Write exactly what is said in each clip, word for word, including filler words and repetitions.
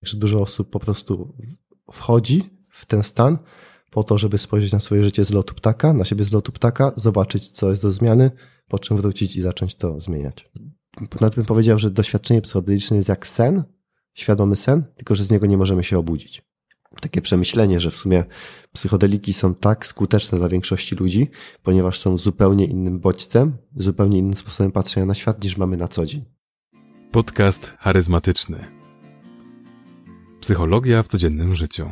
że dużo osób po prostu wchodzi w ten stan po to, żeby spojrzeć na swoje życie z lotu ptaka, na siebie z lotu ptaka, zobaczyć, co jest do zmiany, po czym wrócić i zacząć to zmieniać. Nawet bym powiedział, że doświadczenie psychodeliczne jest jak sen, świadomy sen, tylko że z niego nie możemy się obudzić. Takie przemyślenie, że w sumie psychodeliki są tak skuteczne dla większości ludzi, ponieważ są zupełnie innym bodźcem, zupełnie innym sposobem patrzenia na świat, niż mamy na co dzień. Podcast charyzmatyczny. Psychologia w codziennym życiu.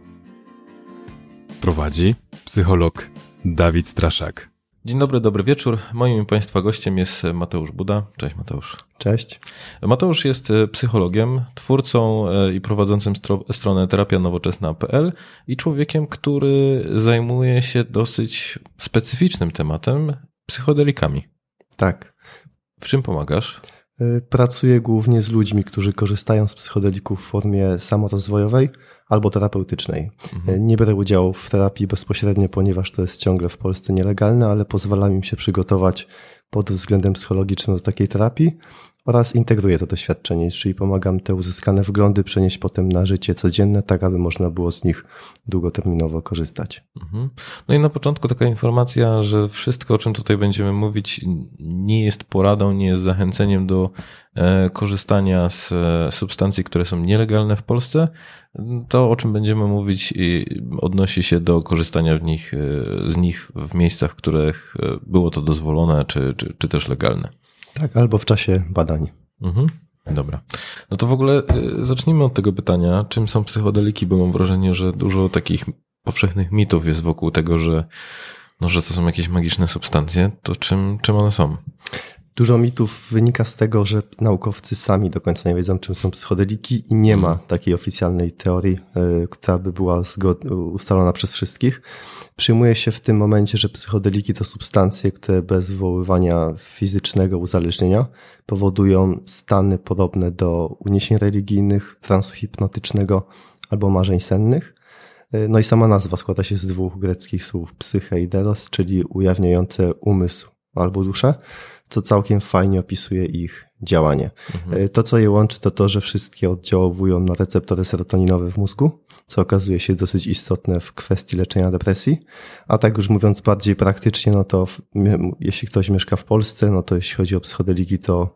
Prowadzi psycholog Dawid Straszak. Dzień dobry, dobry wieczór. Moim Państwa gościem jest Mateusz Buda. Cześć Mateusz. Cześć. Mateusz jest psychologiem, twórcą i prowadzącym stro- stronę terapia nowoczesna kropka p l i człowiekiem, który zajmuje się dosyć specyficznym tematem, psychodelikami. Tak. W czym pomagasz? Pracuję głównie z ludźmi, którzy korzystają z psychodelików w formie samorozwojowej albo terapeutycznej. Mhm. Nie biorę udziału w terapii bezpośrednio, ponieważ to jest ciągle w Polsce nielegalne, ale pozwalam im się przygotować pod względem psychologicznym do takiej terapii oraz integruję to doświadczenie, czyli pomagam te uzyskane wglądy przenieść potem na życie codzienne, tak aby można było z nich długoterminowo korzystać. Mhm. No i na początku taka informacja, że wszystko, o czym tutaj będziemy mówić, nie jest poradą, nie jest zachęceniem do e, korzystania z e, substancji, które są nielegalne w Polsce. To, o czym będziemy mówić, odnosi się do korzystania w nich, z nich w miejscach, w których było to dozwolone, czy, czy, czy też legalne. Tak, albo w czasie badań. Mhm. Dobra. No to w ogóle zacznijmy od tego pytania, czym są psychodeliki, bo mam wrażenie, że dużo takich powszechnych mitów jest wokół tego, że, no, że to są jakieś magiczne substancje. To czym, czym one są? Dużo mitów wynika z tego, że naukowcy sami do końca nie wiedzą, czym są psychodeliki i nie ma takiej oficjalnej teorii, która by była zgod- ustalona przez wszystkich. Przyjmuje się w tym momencie, że psychodeliki to substancje, które bez wywoływania fizycznego uzależnienia powodują stany podobne do uniesień religijnych, transu hipnotycznego albo marzeń sennych. No i sama nazwa składa się z dwóch greckich słów psyche i delos, czyli ujawniające umysł albo duszę, co całkiem fajnie opisuje ich działanie. Mhm. To, co je łączy, to to, że wszystkie oddziałowują na receptory serotoninowe w mózgu, co okazuje się dosyć istotne w kwestii leczenia depresji. A tak już mówiąc bardziej praktycznie, no to w, jeśli ktoś mieszka w Polsce, no to jeśli chodzi o psychodeliki, to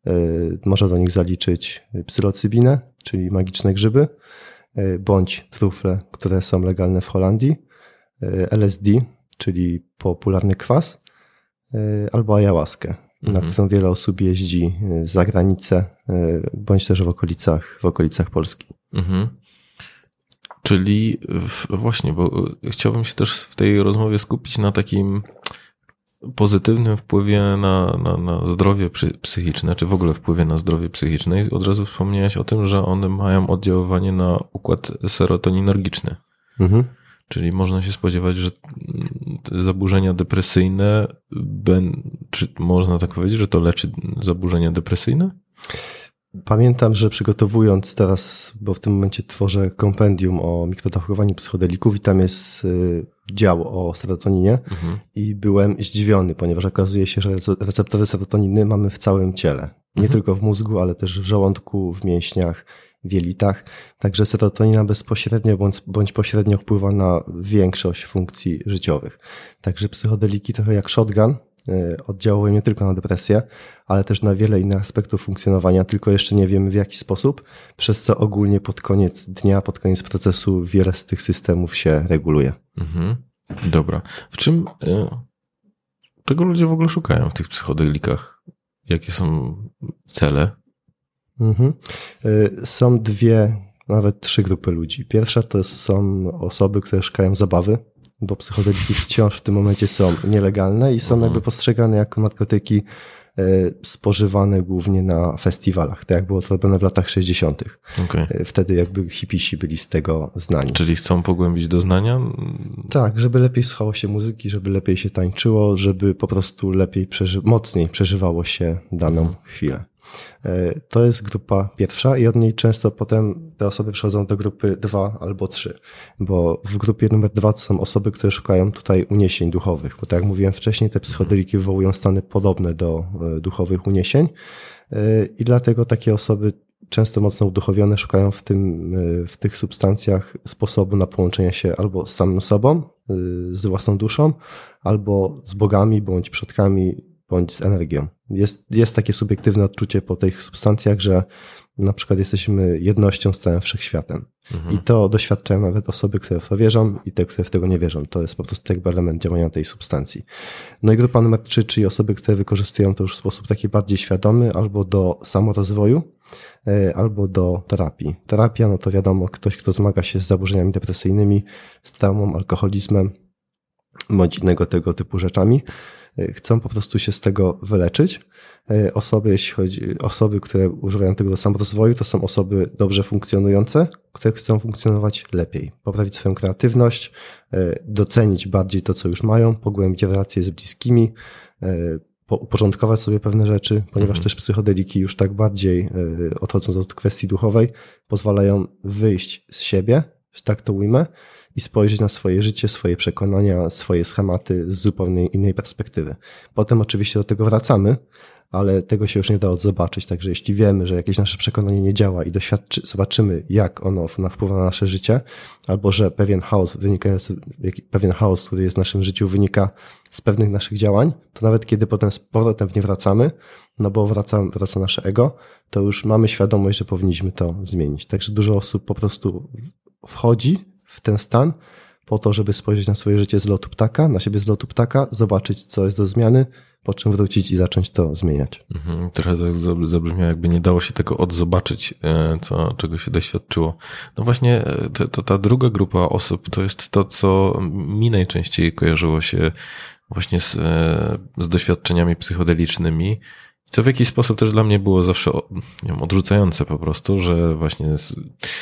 y, może do nich zaliczyć psylocybinę, czyli magiczne grzyby, y, bądź trufle, które są legalne w Holandii, y, L S D, czyli popularny kwas, y, albo ayahuaskę, na którą wiele osób jeździ za granicę, bądź też w okolicach, w okolicach Polski. Mhm. Czyli właśnie, bo chciałbym się też w tej rozmowie skupić na takim pozytywnym wpływie na, na, na zdrowie psychiczne, czy w ogóle wpływie na zdrowie psychiczne. I od razu wspomniałeś o tym, że one mają oddziaływanie na układ serotoninergiczny. Mhm. Czyli można się spodziewać, że zaburzenia depresyjne, czy można tak powiedzieć, że to leczy zaburzenia depresyjne? Pamiętam, że przygotowując teraz, bo w tym momencie tworzę kompendium o mikrodawkowaniu psychodelików i tam jest dział o serotoninie mhm. i byłem zdziwiony, ponieważ okazuje się, że receptory serotoniny mamy w całym ciele. Nie mhm. tylko w mózgu, ale też w żołądku, w mięśniach, w jelitach. Także serotonina bezpośrednio bądź, bądź pośrednio wpływa na większość funkcji życiowych. Także psychodeliki trochę jak shotgun oddziałują nie tylko na depresję, ale też na wiele innych aspektów funkcjonowania, tylko jeszcze nie wiemy w jaki sposób, przez co ogólnie pod koniec dnia, pod koniec procesu wiele z tych systemów się reguluje. Mhm. Dobra. W czym, czego ludzie w ogóle szukają w tych psychodelikach? Jakie są cele? Mhm. Są dwie, nawet trzy grupy ludzi. Pierwsza to są osoby, które szukają zabawy, bo psychodeliki wciąż w tym momencie są nielegalne i są mhm. jakby postrzegane jako narkotyki spożywane głównie na festiwalach, tak jak było to robione w latach sześćdziesiątych. Okay. Wtedy jakby hipisi byli z tego znani. Czyli chcą pogłębić doznania? Tak, żeby lepiej słuchało się muzyki, żeby lepiej się tańczyło, żeby po prostu lepiej, przeży- mocniej przeżywało się daną mhm. chwilę. To jest grupa pierwsza i od niej często potem te osoby przechodzą do grupy dwa albo trzy, bo w grupie numer dwa to są osoby, które szukają tutaj uniesień duchowych, bo tak jak mówiłem wcześniej, te psychodeliki wywołują stany podobne do duchowych uniesień i dlatego takie osoby często mocno uduchowione, szukają w tym, w tych substancjach sposobu na połączenie się albo z samym sobą, z własną duszą, albo z bogami, bądź przodkami, bądź z energią. Jest, jest takie subiektywne odczucie po tych substancjach, że na przykład jesteśmy jednością z całym wszechświatem. Mhm. I to doświadczają nawet osoby, które w to wierzą i te, które w tego nie wierzą. To jest po prostu jakby element działania tej substancji. No i grupa numer trzy, czyli osoby, które wykorzystują to już w sposób taki bardziej świadomy, albo do samorozwoju, albo do terapii. Terapia, no to wiadomo, ktoś, kto zmaga się z zaburzeniami depresyjnymi, z traumą, alkoholizmem, bądź innego tego typu rzeczami, chcą po prostu się z tego wyleczyć. Osoby, jeśli chodzi, osoby, które używają tego do samorozwoju, to są osoby dobrze funkcjonujące, które chcą funkcjonować lepiej, poprawić swoją kreatywność, docenić bardziej to, co już mają, pogłębić relacje z bliskimi, uporządkować sobie pewne rzeczy, ponieważ mhm. też psychodeliki już tak bardziej odchodząc od kwestii duchowej, pozwalają wyjść z siebie, że tak to ujmę, i spojrzeć na swoje życie, swoje przekonania, swoje schematy z zupełnie innej perspektywy. Potem oczywiście do tego wracamy, ale tego się już nie da odzobaczyć, także jeśli wiemy, że jakieś nasze przekonanie nie działa i doświadczy, zobaczymy, jak ono wpływa na nasze życie, albo że pewien chaos wynikający, pewien chaos, który jest w naszym życiu, wynika z pewnych naszych działań, to nawet kiedy potem z powrotem w nie wracamy, no bo wraca, wraca nasze ego, to już mamy świadomość, że powinniśmy to zmienić. Także dużo osób po prostu wchodzi w ten stan po to, żeby spojrzeć na swoje życie z lotu ptaka, na siebie z lotu ptaka, zobaczyć, co jest do zmiany, po czym wrócić i zacząć to zmieniać. Mhm, trochę tak zabrzmiało, jakby nie dało się tego odzobaczyć, co, czego się doświadczyło. No właśnie to, to ta druga grupa osób to jest to, co mi najczęściej kojarzyło się właśnie z, z doświadczeniami psychodelicznymi, co w jakiś sposób też dla mnie było zawsze nie wiem, odrzucające po prostu, że właśnie z,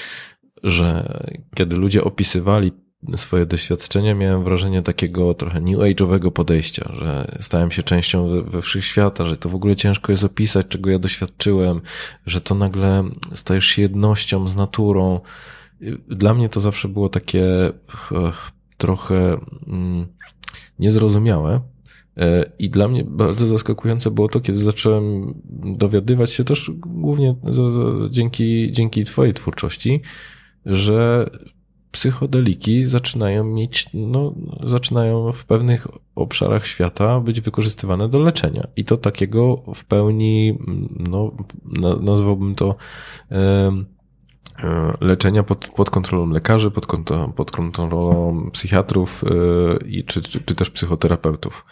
że kiedy ludzie opisywali swoje doświadczenia, miałem wrażenie takiego trochę new age'owego podejścia, że stałem się częścią we wszechświata, że to w ogóle ciężko jest opisać, czego ja doświadczyłem, że to nagle stajesz się jednością z naturą. Dla mnie to zawsze było takie trochę niezrozumiałe. I dla mnie bardzo zaskakujące było to, kiedy zacząłem dowiadywać się też głównie za, za, dzięki, dzięki twojej twórczości, że psychodeliki zaczynają mieć, no, zaczynają w pewnych obszarach świata być wykorzystywane do leczenia. I to takiego w pełni, no, nazwałbym to e, leczenia pod, pod kontrolą lekarzy, pod, pod kontrolą psychiatrów e, i, czy, czy, czy też psychoterapeutów.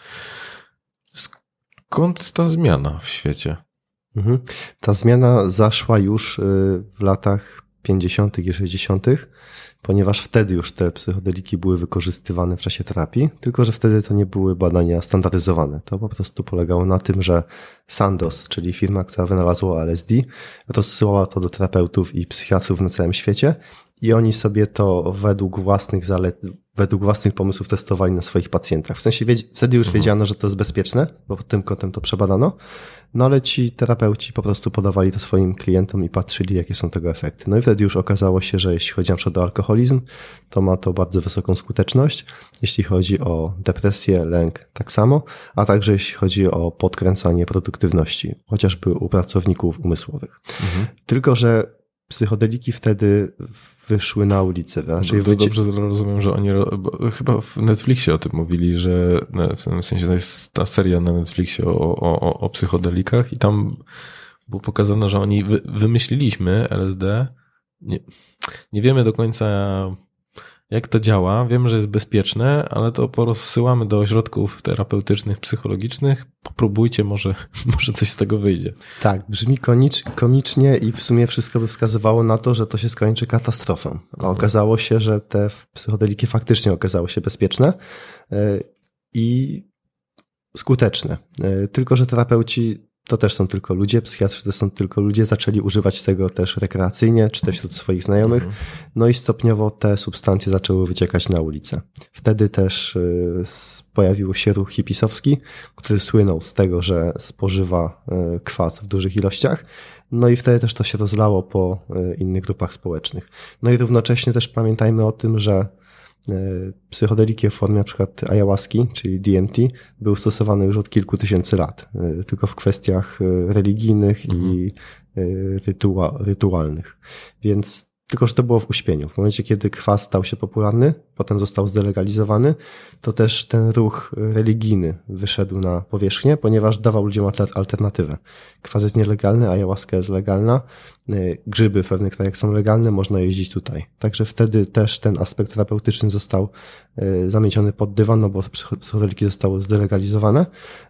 Skąd ta zmiana w świecie? Mhm. Ta zmiana zaszła już w latach pięćdziesiątych i sześćdziesiątych, ponieważ wtedy już te psychodeliki były wykorzystywane w czasie terapii, tylko że wtedy to nie były badania standaryzowane. To po prostu polegało na tym, że Sandoz, czyli firma, która wynalazła L S D, rozsyłała to do terapeutów i psychiatrów na całym świecie i oni sobie to według własnych zalet, według własnych pomysłów testowali na swoich pacjentach. W sensie wtedy już wiedziano, że to jest bezpieczne, bo pod tym kątem to przebadano, no ale ci terapeuci po prostu podawali to swoim klientom i patrzyli, jakie są tego efekty. No i wtedy już okazało się, że jeśli chodzi na przykład o alkoholizm, to ma to bardzo wysoką skuteczność. Jeśli chodzi o depresję, lęk, tak samo, a także jeśli chodzi o podkręcanie produktywności, chociażby u pracowników umysłowych. Mhm. Tylko że psychodeliki wtedy wyszły na ulicę. Raczej to wyci... Dobrze rozumiem, że oni, chyba w Netflixie o tym mówili, że w sensie to jest ta seria na Netflixie o, o, o psychodelikach i tam było pokazane, że oni wy, wymyśliliśmy L S D. Nie, nie wiemy do końca, jak to działa. Wiemy, że jest bezpieczne, ale to porozsyłamy do ośrodków terapeutycznych, psychologicznych. Popróbujcie, może, może coś z tego wyjdzie. Tak, brzmi konicz, komicznie i w sumie wszystko by wskazywało na to, że to się skończy katastrofą. A mhm. okazało się, że te psychodeliki faktycznie okazały się bezpieczne i skuteczne. Tylko że terapeuci to też są tylko ludzie, psychiatrzy to są tylko ludzie, zaczęli używać tego też rekreacyjnie, czy też wśród swoich znajomych, no i stopniowo te substancje zaczęły wyciekać na ulicę. Wtedy też pojawił się ruch hipisowski, który słynął z tego, że spożywa kwas w dużych ilościach, no i wtedy też to się rozlało po innych grupach społecznych. No i równocześnie też pamiętajmy o tym, że psychodeliki w formie na przykład ayahuaski, czyli D M T, były stosowane już od kilku tysięcy lat, tylko w kwestiach religijnych mhm. i rytua, rytualnych. Więc tylko, że to było w uśpieniu. W momencie, kiedy kwas stał się popularny, potem został zdelegalizowany, to też ten ruch religijny wyszedł na powierzchnię, ponieważ dawał ludziom alternatywę. Kwas jest nielegalny, ayahuasca jest legalna, grzyby w pewnych krajach są legalne, można jeździć tutaj. Także wtedy też ten aspekt terapeutyczny został zamieciony pod dywan, no bo psychodeliki zostały zdelegalizowane,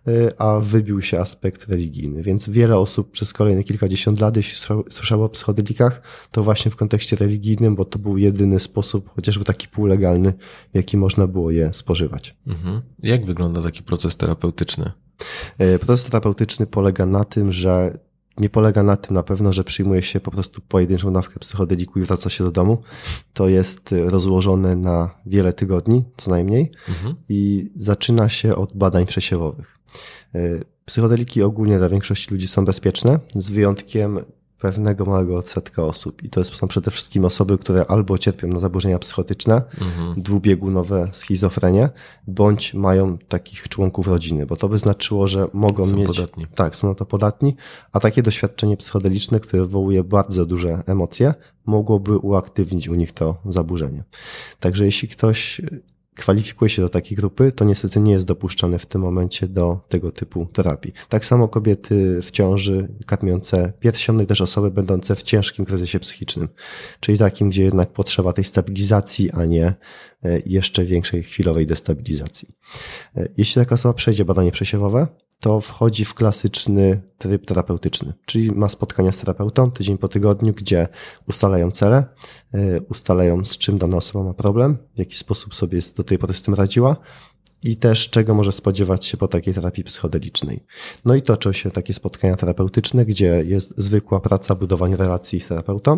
a wybił się aspekt religijny. Więc wiele osób przez kolejne kilkadziesiąt lat, jeśli słyszało o psychodelikach, to właśnie w kontekście religijnym, bo to był jedyny sposób, chociażby taki półlegalny, w jaki można było je spożywać. Mhm. Jak wygląda taki proces terapeutyczny? Proces terapeutyczny polega na tym, że nie polega na tym na pewno, że przyjmuje się po prostu pojedynczą dawkę psychodeliku i wraca się do domu. To jest rozłożone na wiele tygodni, co najmniej, mhm. i zaczyna się od badań przesiewowych. Psychodeliki ogólnie dla większości ludzi są bezpieczne, z wyjątkiem pewnego małego odsetka osób. I to są przede wszystkim osoby, które albo cierpią na zaburzenia psychotyczne, mhm. dwubiegunowe schizofrenię, bądź mają takich członków rodziny, bo to by znaczyło, że mogą są mieć... podatni. Tak, są na to podatni, a takie doświadczenie psychodeliczne, które wywołuje bardzo duże emocje, mogłoby uaktywnić u nich to zaburzenie. Także jeśli ktoś kwalifikuje się do takiej grupy, to niestety nie jest dopuszczany w tym momencie do tego typu terapii. Tak samo kobiety w ciąży karmiące piersią, i też osoby będące w ciężkim kryzysie psychicznym, czyli takim, gdzie jednak potrzeba tej stabilizacji, a nie jeszcze większej chwilowej destabilizacji. Jeśli taka osoba przejdzie badanie przesiewowe, to wchodzi w klasyczny tryb terapeutyczny, czyli ma spotkania z terapeutą tydzień po tygodniu, gdzie ustalają cele, ustalają, z czym dana osoba ma problem, w jaki sposób sobie do tej pory z tym radziła i też czego może spodziewać się po takiej terapii psychodelicznej. No i toczą się takie spotkania terapeutyczne, gdzie jest zwykła praca, budowanie relacji z terapeutą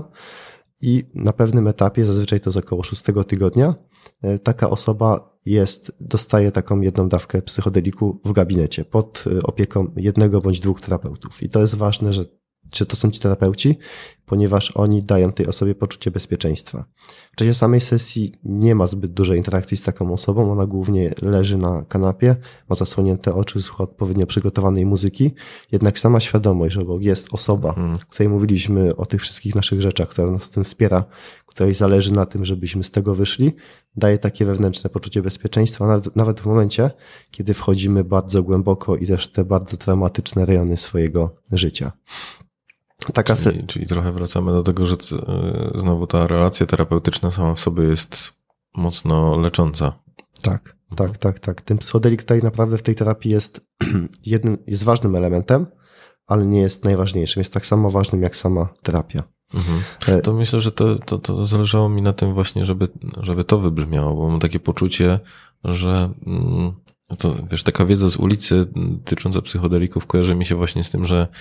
i na pewnym etapie, zazwyczaj to jest około szóstego tygodnia, taka osoba jest, dostaje taką jedną dawkę psychodeliku w gabinecie pod opieką jednego bądź dwóch terapeutów. I to jest ważne, że, że to są ci terapeuci, ponieważ oni dają tej osobie poczucie bezpieczeństwa. W czasie samej sesji nie ma zbyt dużej interakcji z taką osobą, ona głównie leży na kanapie, ma zasłonięte oczy, słucha odpowiednio przygotowanej muzyki, jednak sama świadomość, że obok jest osoba, hmm. której mówiliśmy o tych wszystkich naszych rzeczach, która nas w tym wspiera, której zależy na tym, żebyśmy z tego wyszli, daje takie wewnętrzne poczucie bezpieczeństwa, nawet, nawet w momencie, kiedy wchodzimy bardzo głęboko i też te bardzo traumatyczne rejony swojego życia. Taka czyli, se... czyli trochę wracamy do tego, że znowu ta relacja terapeutyczna sama w sobie jest mocno lecząca. Tak, mhm. tak, tak, tak. Ten psychodelik tutaj naprawdę w tej terapii jest jednym, jest ważnym elementem, ale nie jest najważniejszym. Jest tak samo ważnym jak sama terapia. Mhm. To myślę, że to, to, to zależało mi na tym właśnie, żeby, żeby to wybrzmiało, bo mam takie poczucie, że to, wiesz, taka wiedza z ulicy dotycząca psychodelików kojarzy mi się właśnie z tym, że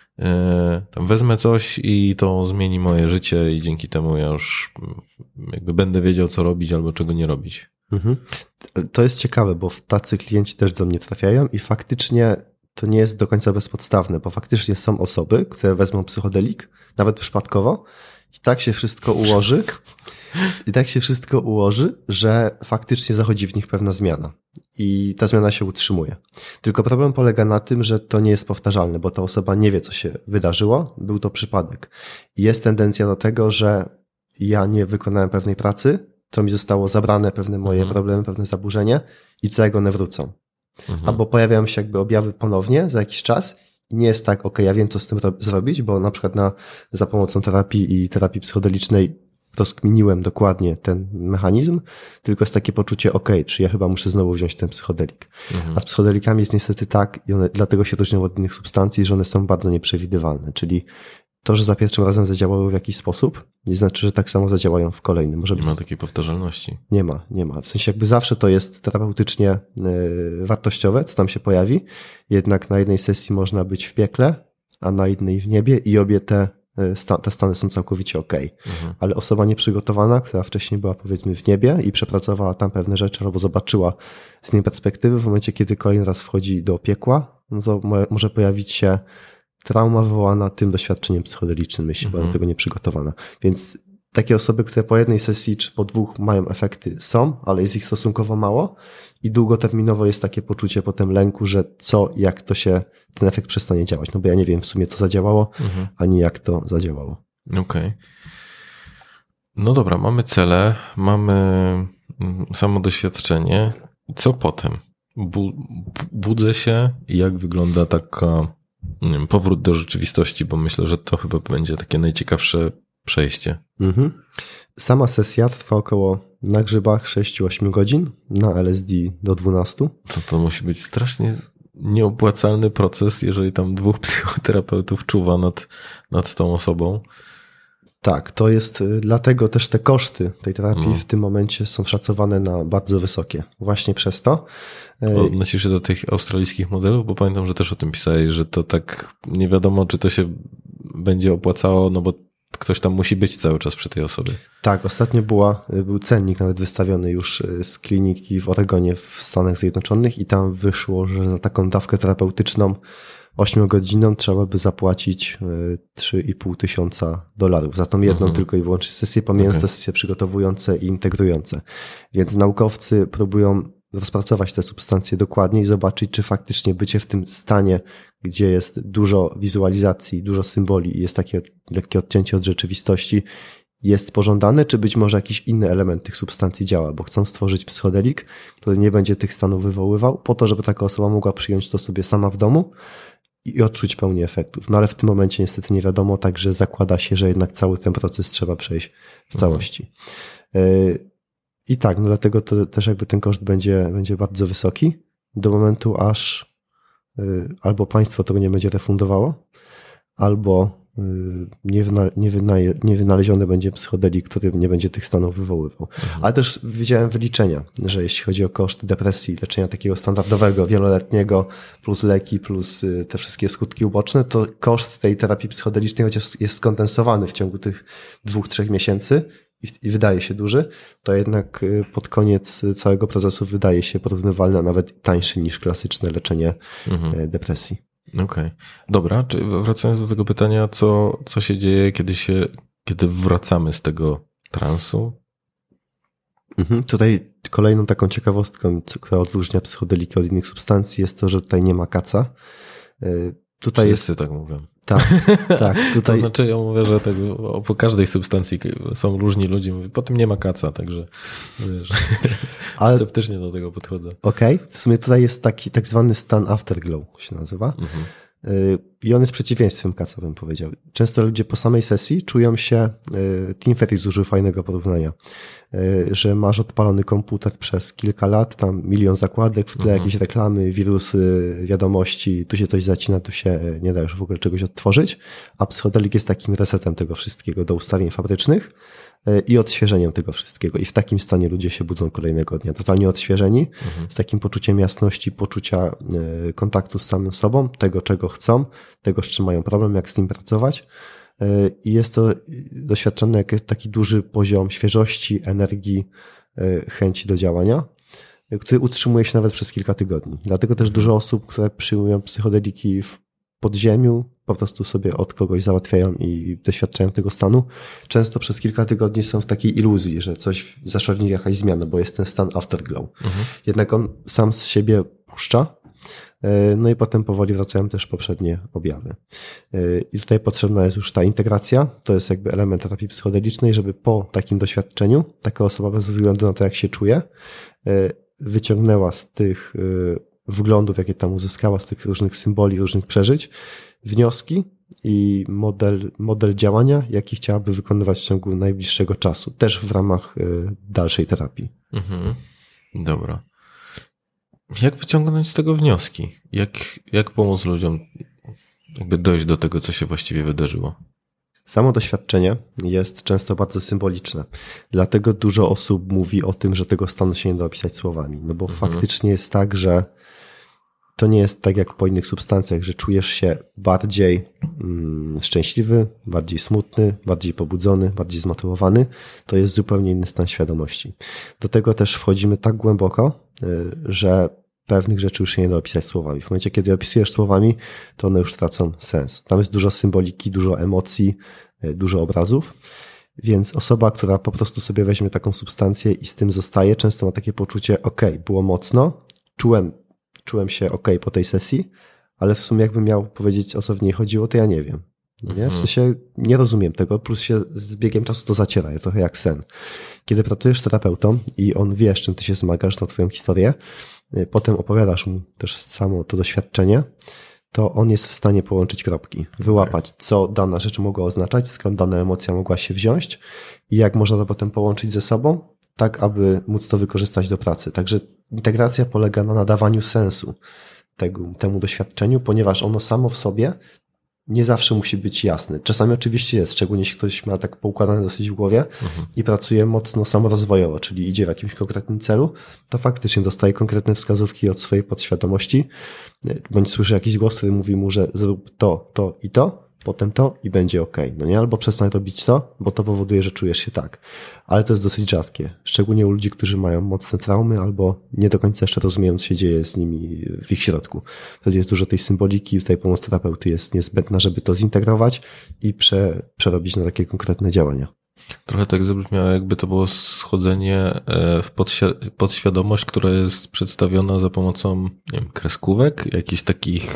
tam wezmę coś i to zmieni moje życie i dzięki temu ja już jakby będę wiedział, co robić albo czego nie robić. Mhm. To jest ciekawe, bo tacy klienci też do mnie trafiają i faktycznie to nie jest do końca bezpodstawne, bo faktycznie są osoby, które wezmą psychodelik, nawet przypadkowo, i tak się wszystko ułoży, i tak się wszystko ułoży, że faktycznie zachodzi w nich pewna zmiana. I ta zmiana się utrzymuje. Tylko problem polega na tym, że to nie jest powtarzalne, bo ta osoba nie wie, co się wydarzyło, był to przypadek. I jest tendencja do tego, że ja nie wykonałem pewnej pracy, to mi zostało zabrane pewne moje mhm. problemy, pewne zaburzenie i co jak one wrócą. Mhm. Albo pojawiają się jakby objawy ponownie za jakiś czas i nie jest tak, ok, ja wiem, co z tym ro- zrobić, bo na przykład na, za pomocą terapii i terapii psychodelicznej rozkminiłem dokładnie ten mechanizm, tylko jest takie poczucie, ok, czy ja chyba muszę znowu wziąć ten psychodelik. Mhm. A z psychodelikami jest niestety tak, i one dlatego się różnią od innych substancji, że one są bardzo nieprzewidywalne, czyli to, że za pierwszym razem zadziałały w jakiś sposób, nie znaczy, że tak samo zadziałają w kolejnym. Może nie być... ma takiej powtarzalności. Nie ma, nie ma. W sensie jakby zawsze to jest terapeutycznie yy, wartościowe, co tam się pojawi, jednak na jednej sesji można być w piekle, a na innej w niebie i obie te te stany są całkowicie okej. Okay. Mhm. Ale osoba nieprzygotowana, która wcześniej była powiedzmy w niebie i przepracowała tam pewne rzeczy albo zobaczyła z niej perspektywy, w momencie kiedy kolejny raz wchodzi do piekła, no to może pojawić się trauma wywołana tym doświadczeniem psychodelicznym, jeśli mhm. była do tego nieprzygotowana. Więc takie osoby, które po jednej sesji czy po dwóch mają efekty są, ale jest ich stosunkowo mało i długoterminowo jest takie poczucie potem lęku, że co, jak to się, ten efekt przestanie działać. No bo ja nie wiem w sumie, co zadziałało, mhm. ani jak to zadziałało. Okej. Okay. No dobra, mamy cele, mamy samo doświadczenie. Co potem? Bu- budzę się i jak wygląda taka nie wiem, powrót do rzeczywistości, bo myślę, że to chyba będzie takie najciekawsze przejście. Mhm. Sama sesja trwa około na grzybach sześć do ośmiu godzin, na L S D do dwunastu. To to musi być strasznie nieopłacalny proces, jeżeli tam dwóch psychoterapeutów czuwa nad, nad tą osobą. Tak, to jest, dlatego też te koszty tej terapii mm. w tym momencie są szacowane na bardzo wysokie. Właśnie przez to. Odnosisz się do tych australijskich modelów, bo pamiętam, że też o tym pisałeś, że to tak nie wiadomo, czy to się będzie opłacało, no bo ktoś tam musi być cały czas przy tej osobie. Tak, ostatnio była, był cennik nawet wystawiony już z kliniki w Oregonie w Stanach Zjednoczonych i tam wyszło, że za taką dawkę terapeutyczną ośmiogodzinną trzeba by zapłacić trzy i pół tysiąca dolarów za tą jedną mhm. tylko i wyłącznie sesję, pomijając okay. te sesje przygotowujące i integrujące. Więc naukowcy próbują rozpracować te substancje dokładnie i zobaczyć, czy faktycznie bycie w tym stanie, gdzie jest dużo wizualizacji, dużo symboli i jest takie lekkie odcięcie od rzeczywistości, jest pożądane, czy być może jakiś inny element tych substancji działa, bo chcą stworzyć psychodelik, który nie będzie tych stanów wywoływał, po to, żeby taka osoba mogła przyjąć to sobie sama w domu i odczuć pełnię efektów. No ale w tym momencie niestety nie wiadomo, także zakłada się, że jednak cały ten proces trzeba przejść w całości. Mhm. I tak, no dlatego to też jakby ten koszt będzie, będzie bardzo wysoki do momentu, aż albo państwo tego nie będzie refundowało, albo nie, wyna, nie, wyna, nie wynaleziony będzie psychodelik, który nie będzie tych stanów wywoływał. Mhm. Ale też widziałem wyliczenia, że jeśli chodzi o koszt depresji, leczenia takiego standardowego, wieloletniego, plus leki, plus te wszystkie skutki uboczne, to koszt tej terapii psychodelicznej, chociaż jest skondensowany w ciągu tych dwóch, trzech miesięcy i, i wydaje się duży, to jednak pod koniec całego procesu wydaje się porównywalny, a nawet tańszy niż klasyczne leczenie mhm. depresji. Okej. Okay. Dobra, czy wracając do tego pytania, co, co się dzieje, kiedy się, kiedy wracamy z tego transu? Mhm. Tutaj kolejną taką ciekawostką, która odróżnia psychodeliki od innych substancji, jest to, że tutaj nie ma kaca. Tutaj Wszyscy jest... tak mówią. Tak, tak. Tutaj... To znaczy ja mówię, że tego, po każdej substancji są różni ludzie, mówię, potem nie ma kaca, także wiesz, ale... sceptycznie do tego podchodzę. Okej, okay. W sumie tutaj jest taki tak zwany stan afterglow się nazywa. Mhm. I on jest przeciwieństwem kaca, bym powiedział. Często ludzie po samej sesji czują się, Tim Ferriss użył fajnego porównania, że masz odpalony komputer przez kilka lat, tam milion zakładek, w tle mhm. jakieś reklamy, wirusy, wiadomości, tu się coś zacina, tu się nie da już w ogóle czegoś odtworzyć, a psychodelik jest takim resetem tego wszystkiego do ustawień fabrycznych i odświeżeniem tego wszystkiego. I w takim stanie ludzie się budzą kolejnego dnia, totalnie odświeżeni, mhm. z takim poczuciem jasności, poczucia kontaktu z samym sobą, tego czego chcą, tego z czym mają problem, jak z nim pracować. I jest to doświadczone jak taki duży poziom świeżości, energii, chęci do działania, który utrzymuje się nawet przez kilka tygodni. Dlatego też dużo osób, które przyjmują psychodeliki w podziemiu, po prostu sobie od kogoś załatwiają i doświadczają tego stanu. Często przez kilka tygodni są w takiej iluzji, że coś zaszła w nich jakaś zmiana, bo jest ten stan afterglow. Mhm. Jednak on sam z siebie puszcza, no i potem powoli wracają też poprzednie objawy. I tutaj potrzebna jest już ta integracja, to jest jakby element terapii psychodelicznej, żeby po takim doświadczeniu taka osoba bez względu na to, jak się czuje, wyciągnęła z tych wglądów, jakie tam uzyskała, z tych różnych symboli, różnych przeżyć, wnioski i model, model działania, jaki chciałaby wykonywać w ciągu najbliższego czasu, też w ramach dalszej terapii. Mhm. Dobra. Jak wyciągnąć z tego wnioski? Jak, jak pomóc ludziom jakby dojść do tego, co się właściwie wydarzyło? Samo doświadczenie jest często bardzo symboliczne. Dlatego dużo osób mówi o tym, że tego stanu się nie da opisać słowami. No bo mhm. faktycznie jest tak, że to nie jest tak jak po innych substancjach, że czujesz się bardziej mm, szczęśliwy, bardziej smutny, bardziej pobudzony, bardziej zmotywowany. To jest zupełnie inny stan świadomości. Do tego też wchodzimy tak głęboko, y, że pewnych rzeczy już się nie da opisać słowami. W momencie, kiedy opisujesz słowami, to one już tracą sens. Tam jest dużo symboliki, dużo emocji, y, dużo obrazów. Więc osoba, która po prostu sobie weźmie taką substancję i z tym zostaje, często ma takie poczucie, ok, było mocno, czułem, czułem się ok po tej sesji, ale w sumie jakbym miał powiedzieć, o co w niej chodziło, to ja nie wiem. Nie? W sensie nie rozumiem tego, plus się z biegiem czasu to zaciera, trochę jak sen. Kiedy pracujesz z terapeutą i on wie, z czym ty się zmagasz, na twoją historię, potem opowiadasz mu też samo to doświadczenie, to on jest w stanie połączyć kropki, wyłapać, co dana rzecz mogła oznaczać, skąd dana emocja mogła się wziąć i jak można to potem połączyć ze sobą, tak aby móc to wykorzystać do pracy. Także integracja polega na nadawaniu sensu tego, temu doświadczeniu, ponieważ ono samo w sobie nie zawsze musi być jasne. Czasami oczywiście jest, szczególnie jeśli ktoś ma tak poukładane dosyć w głowie mhm. i pracuje mocno samorozwojowo, czyli idzie w jakimś konkretnym celu, to faktycznie dostaje konkretne wskazówki od swojej podświadomości, bądź słyszy jakiś głos, który mówi mu, że zrób to, to i to, potem to i będzie ok. No nie? Albo przestań robić to, bo to powoduje, że czujesz się tak. Ale to jest dosyć rzadkie. Szczególnie u ludzi, którzy mają mocne traumy albo nie do końca jeszcze rozumieją, co się dzieje z nimi w ich środku. Wtedy jest dużo tej symboliki, tutaj pomoc terapeuty jest niezbędna, żeby to zintegrować i prze, przerobić na takie konkretne działania. Trochę tak zabrzmiało, jakby to było schodzenie w podświ- podświadomość, która jest przedstawiona za pomocą, nie wiem, kreskówek, jakichś takich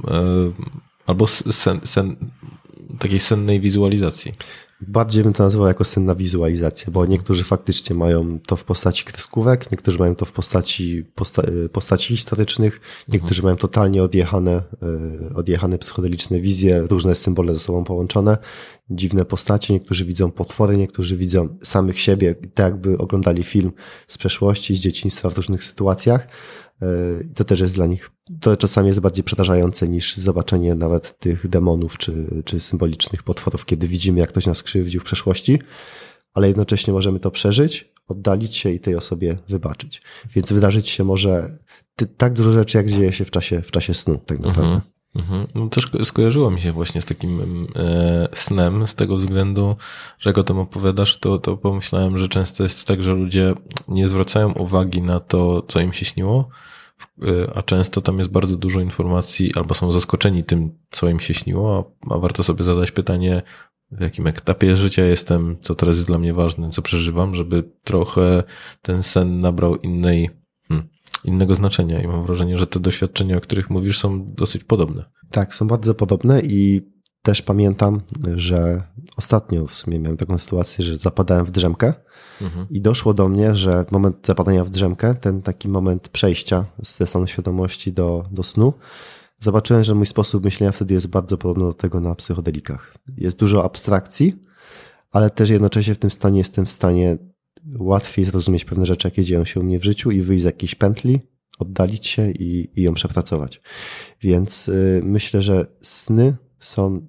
albo sen, sen, takiej sennej wizualizacji. Bardziej bym to nazwał jako senna wizualizacja, bo niektórzy faktycznie mają to w postaci kreskówek, niektórzy mają to w postaci posta- postaci historycznych, niektórzy mhm. mają totalnie odjechane, odjechane psychodeliczne wizje, różne symbole ze sobą połączone, dziwne postacie, niektórzy widzą potwory, niektórzy widzą samych siebie, tak jakby oglądali film z przeszłości, z dzieciństwa w różnych sytuacjach. I to też jest dla nich, to czasami jest bardziej przerażające niż zobaczenie nawet tych demonów czy, czy symbolicznych potworów, kiedy widzimy, jak ktoś nas krzywdził w przeszłości, ale jednocześnie możemy to przeżyć, oddalić się i tej osobie wybaczyć. Więc wydarzyć się może ty, tak dużo rzeczy, jak dzieje się w czasie, w czasie snu, tak naprawdę. Mhm. No też skojarzyło mi się właśnie z takim e, snem, z tego względu, że jak o tym opowiadasz, to, to pomyślałem, że często jest tak, że ludzie nie zwracają uwagi na to, co im się śniło, e, a często tam jest bardzo dużo informacji, albo są zaskoczeni tym, co im się śniło, a, a warto sobie zadać pytanie, w jakim etapie życia jestem, co teraz jest dla mnie ważne, co przeżywam, żeby trochę ten sen nabrał innej hmm, innego znaczenia i mam wrażenie, że te doświadczenia, o których mówisz, są dosyć podobne. Tak, są bardzo podobne i też pamiętam, że ostatnio w sumie miałem taką sytuację, że zapadałem w drzemkę mhm. i doszło do mnie, że moment zapadania w drzemkę, ten taki moment przejścia ze stanu świadomości do, do snu, zobaczyłem, że mój sposób myślenia wtedy jest bardzo podobny do tego na psychodelikach. Jest dużo abstrakcji, ale też jednocześnie w tym stanie jestem w stanie łatwiej zrozumieć pewne rzeczy, jakie dzieją się u mnie w życiu i wyjść z jakiejś pętli, oddalić się i, i ją przepracować. Więc y, myślę, że sny są,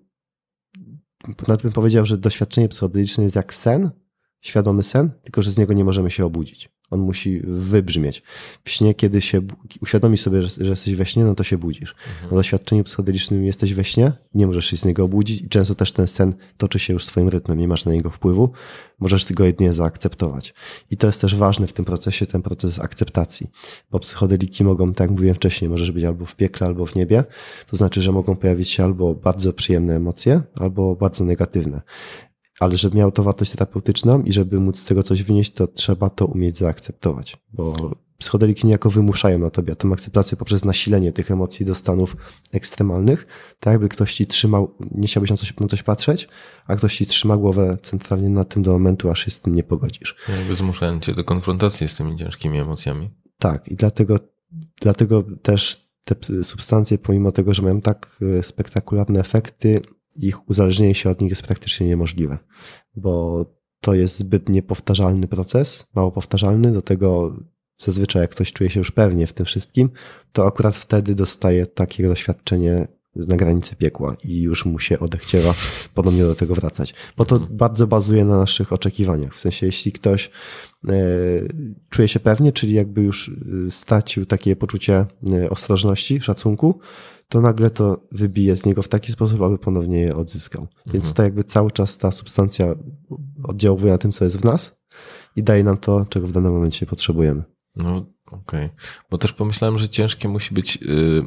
nawet bym powiedział, że doświadczenie psychodeliczne jest jak sen, świadomy sen, tylko że z niego nie możemy się obudzić. On musi wybrzmieć. W śnie, kiedy się uświadomisz sobie, że, że jesteś we śnie, no to się budzisz. Mhm. Na doświadczeniu psychodelicznym jesteś we śnie, nie możesz się z niego obudzić i często też ten sen toczy się już swoim rytmem, nie masz na niego wpływu, możesz tylko jedynie zaakceptować. I to jest też ważne w tym procesie, ten proces akceptacji, bo psychodeliki mogą, tak jak mówiłem wcześniej, możesz być albo w piekle, albo w niebie, to znaczy, że mogą pojawić się albo bardzo przyjemne emocje, albo bardzo negatywne. Ale żeby miało to wartość terapeutyczną i żeby móc z tego coś wynieść, to trzeba to umieć zaakceptować, bo psychodeliki niejako wymuszają na tobie tą akceptację poprzez nasilenie tych emocji do stanów ekstremalnych, tak jakby ktoś ci trzymał, nie chciałbyś na coś, na coś patrzeć, a ktoś ci trzyma głowę centralnie na tym do momentu, aż się z tym nie pogodzisz. Jakby zmuszają cię do konfrontacji z tymi ciężkimi emocjami. Tak, i dlatego, dlatego też te substancje, pomimo tego, że mają tak spektakularne efekty, ich uzależnienie się od nich jest praktycznie niemożliwe, bo to jest zbyt niepowtarzalny proces, mało powtarzalny, do tego zazwyczaj jak ktoś czuje się już pewnie w tym wszystkim, to akurat wtedy dostaje takie doświadczenie na granicy piekła i już mu się odechciewa ponownie do tego wracać, bo to mhm. bardzo bazuje na naszych oczekiwaniach, w sensie jeśli ktoś e, czuje się pewnie, czyli jakby już stracił takie poczucie ostrożności, szacunku, to nagle to wybije z niego w taki sposób, aby ponownie je odzyskał. Mhm. Więc tutaj jakby cały czas ta substancja oddziałuje na tym, co jest w nas i daje nam to, czego w danym momencie potrzebujemy. No okej, okay. Bo też pomyślałem, że ciężkie musi być yy,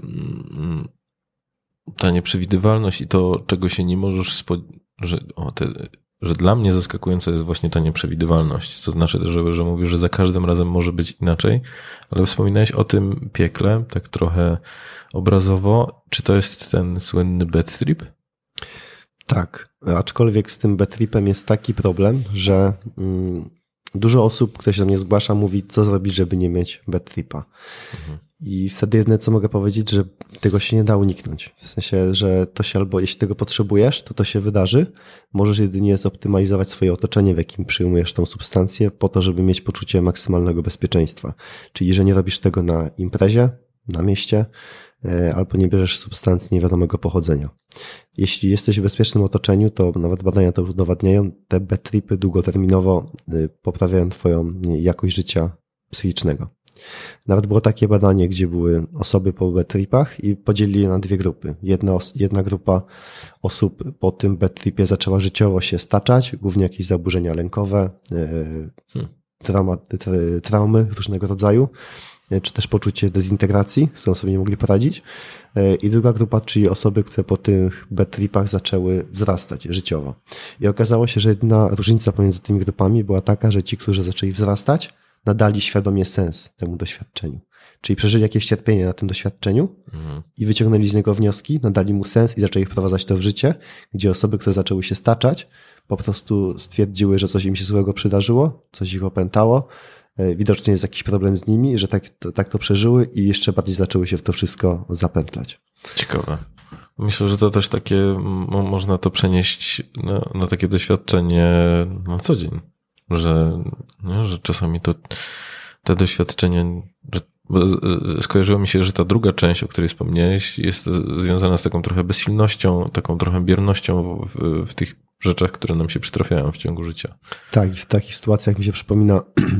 ta nieprzewidywalność i to, czego się nie możesz spodziewać, że, o, te, że dla mnie zaskakująca jest właśnie ta nieprzewidywalność. To znaczy, że, że mówisz, że za każdym razem może być inaczej, ale wspominałeś o tym piekle, tak trochę obrazowo. Czy to jest ten słynny bad trip? Tak, aczkolwiek z tym bad tripem jest taki problem, że mm, dużo osób, które się do mnie zgłasza, mówi, co zrobić, żeby nie mieć bad tripa. Mhm. I wtedy jedyne, co mogę powiedzieć, że tego się nie da uniknąć. W sensie, że to się albo jeśli tego potrzebujesz, to to się wydarzy. Możesz jedynie zoptymalizować swoje otoczenie, w jakim przyjmujesz tą substancję, po to, żeby mieć poczucie maksymalnego bezpieczeństwa. Czyli, że nie robisz tego na imprezie, na mieście, albo nie bierzesz substancji niewiadomego pochodzenia. Jeśli jesteś w bezpiecznym otoczeniu, to nawet badania to udowadniają, te bad tripy długoterminowo poprawiają twoją jakość życia psychicznego. Nawet było takie badanie, gdzie były osoby po bad tripach i podzielili je na dwie grupy. Jedna, jedna grupa osób po tym bad tripie zaczęła życiowo się staczać, głównie jakieś zaburzenia lękowe, hmm. trauma, traumy różnego rodzaju, czy też poczucie dezintegracji, z którą sobie nie mogli poradzić. I druga grupa, czyli osoby, które po tych bad tripach zaczęły wzrastać życiowo. I okazało się, że jedyna różnica pomiędzy tymi grupami była taka, że ci, którzy zaczęli wzrastać, nadali świadomie sens temu doświadczeniu. Czyli przeżyli jakieś cierpienie na tym doświadczeniu mhm. i wyciągnęli z niego wnioski, nadali mu sens i zaczęli wprowadzać to w życie, gdzie osoby, które zaczęły się staczać, po prostu stwierdziły, że coś im się złego przydarzyło, coś ich opętało, widocznie jest jakiś problem z nimi, że tak to, tak to przeżyły i jeszcze bardziej zaczęły się w to wszystko zapętlać. Ciekawe. Myślę, że to też takie, mo, można to przenieść na, na takie doświadczenie na co dzień, że, nie, że czasami to te doświadczenie, że, skojarzyło mi się, że ta druga część, o której wspomniałeś, jest związana z taką trochę bezsilnością, taką trochę biernością w, w tych rzeczach, które nam się przytrafiają w ciągu życia. Tak, i w takich sytuacjach mi się przypomina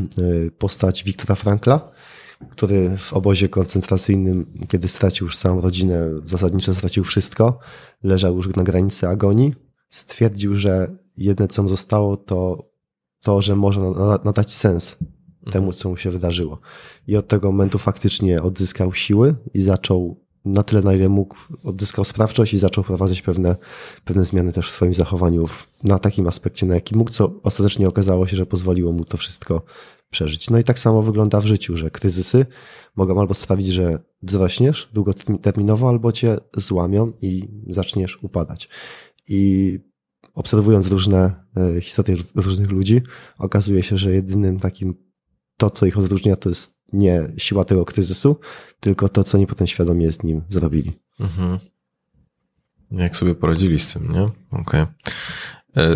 postać Wiktora Frankla, który w obozie koncentracyjnym, kiedy stracił już całą rodzinę, zasadniczo stracił wszystko, leżał już na granicy agonii, stwierdził, że jedyne, co mu zostało, to to, że może nadać sens temu, co mu się wydarzyło. I od tego momentu faktycznie odzyskał siły i zaczął na tyle, na ile mógł, odzyskał sprawczość i zaczął wprowadzać pewne, pewne zmiany też w swoim zachowaniu na takim aspekcie, na jaki mógł, co ostatecznie okazało się, że pozwoliło mu to wszystko przeżyć. No i tak samo wygląda w życiu, że kryzysy mogą albo sprawić, że wzrośniesz długoterminowo, albo cię złamią i zaczniesz upadać. I obserwując różne historie różnych ludzi, okazuje się, że jedynym takim to, co ich odróżnia, to jest nie siła tego kryzysu, tylko to, co oni potem świadomie z nim zrobili. Mhm. Jak sobie poradzili z tym, nie? Okej. Okay.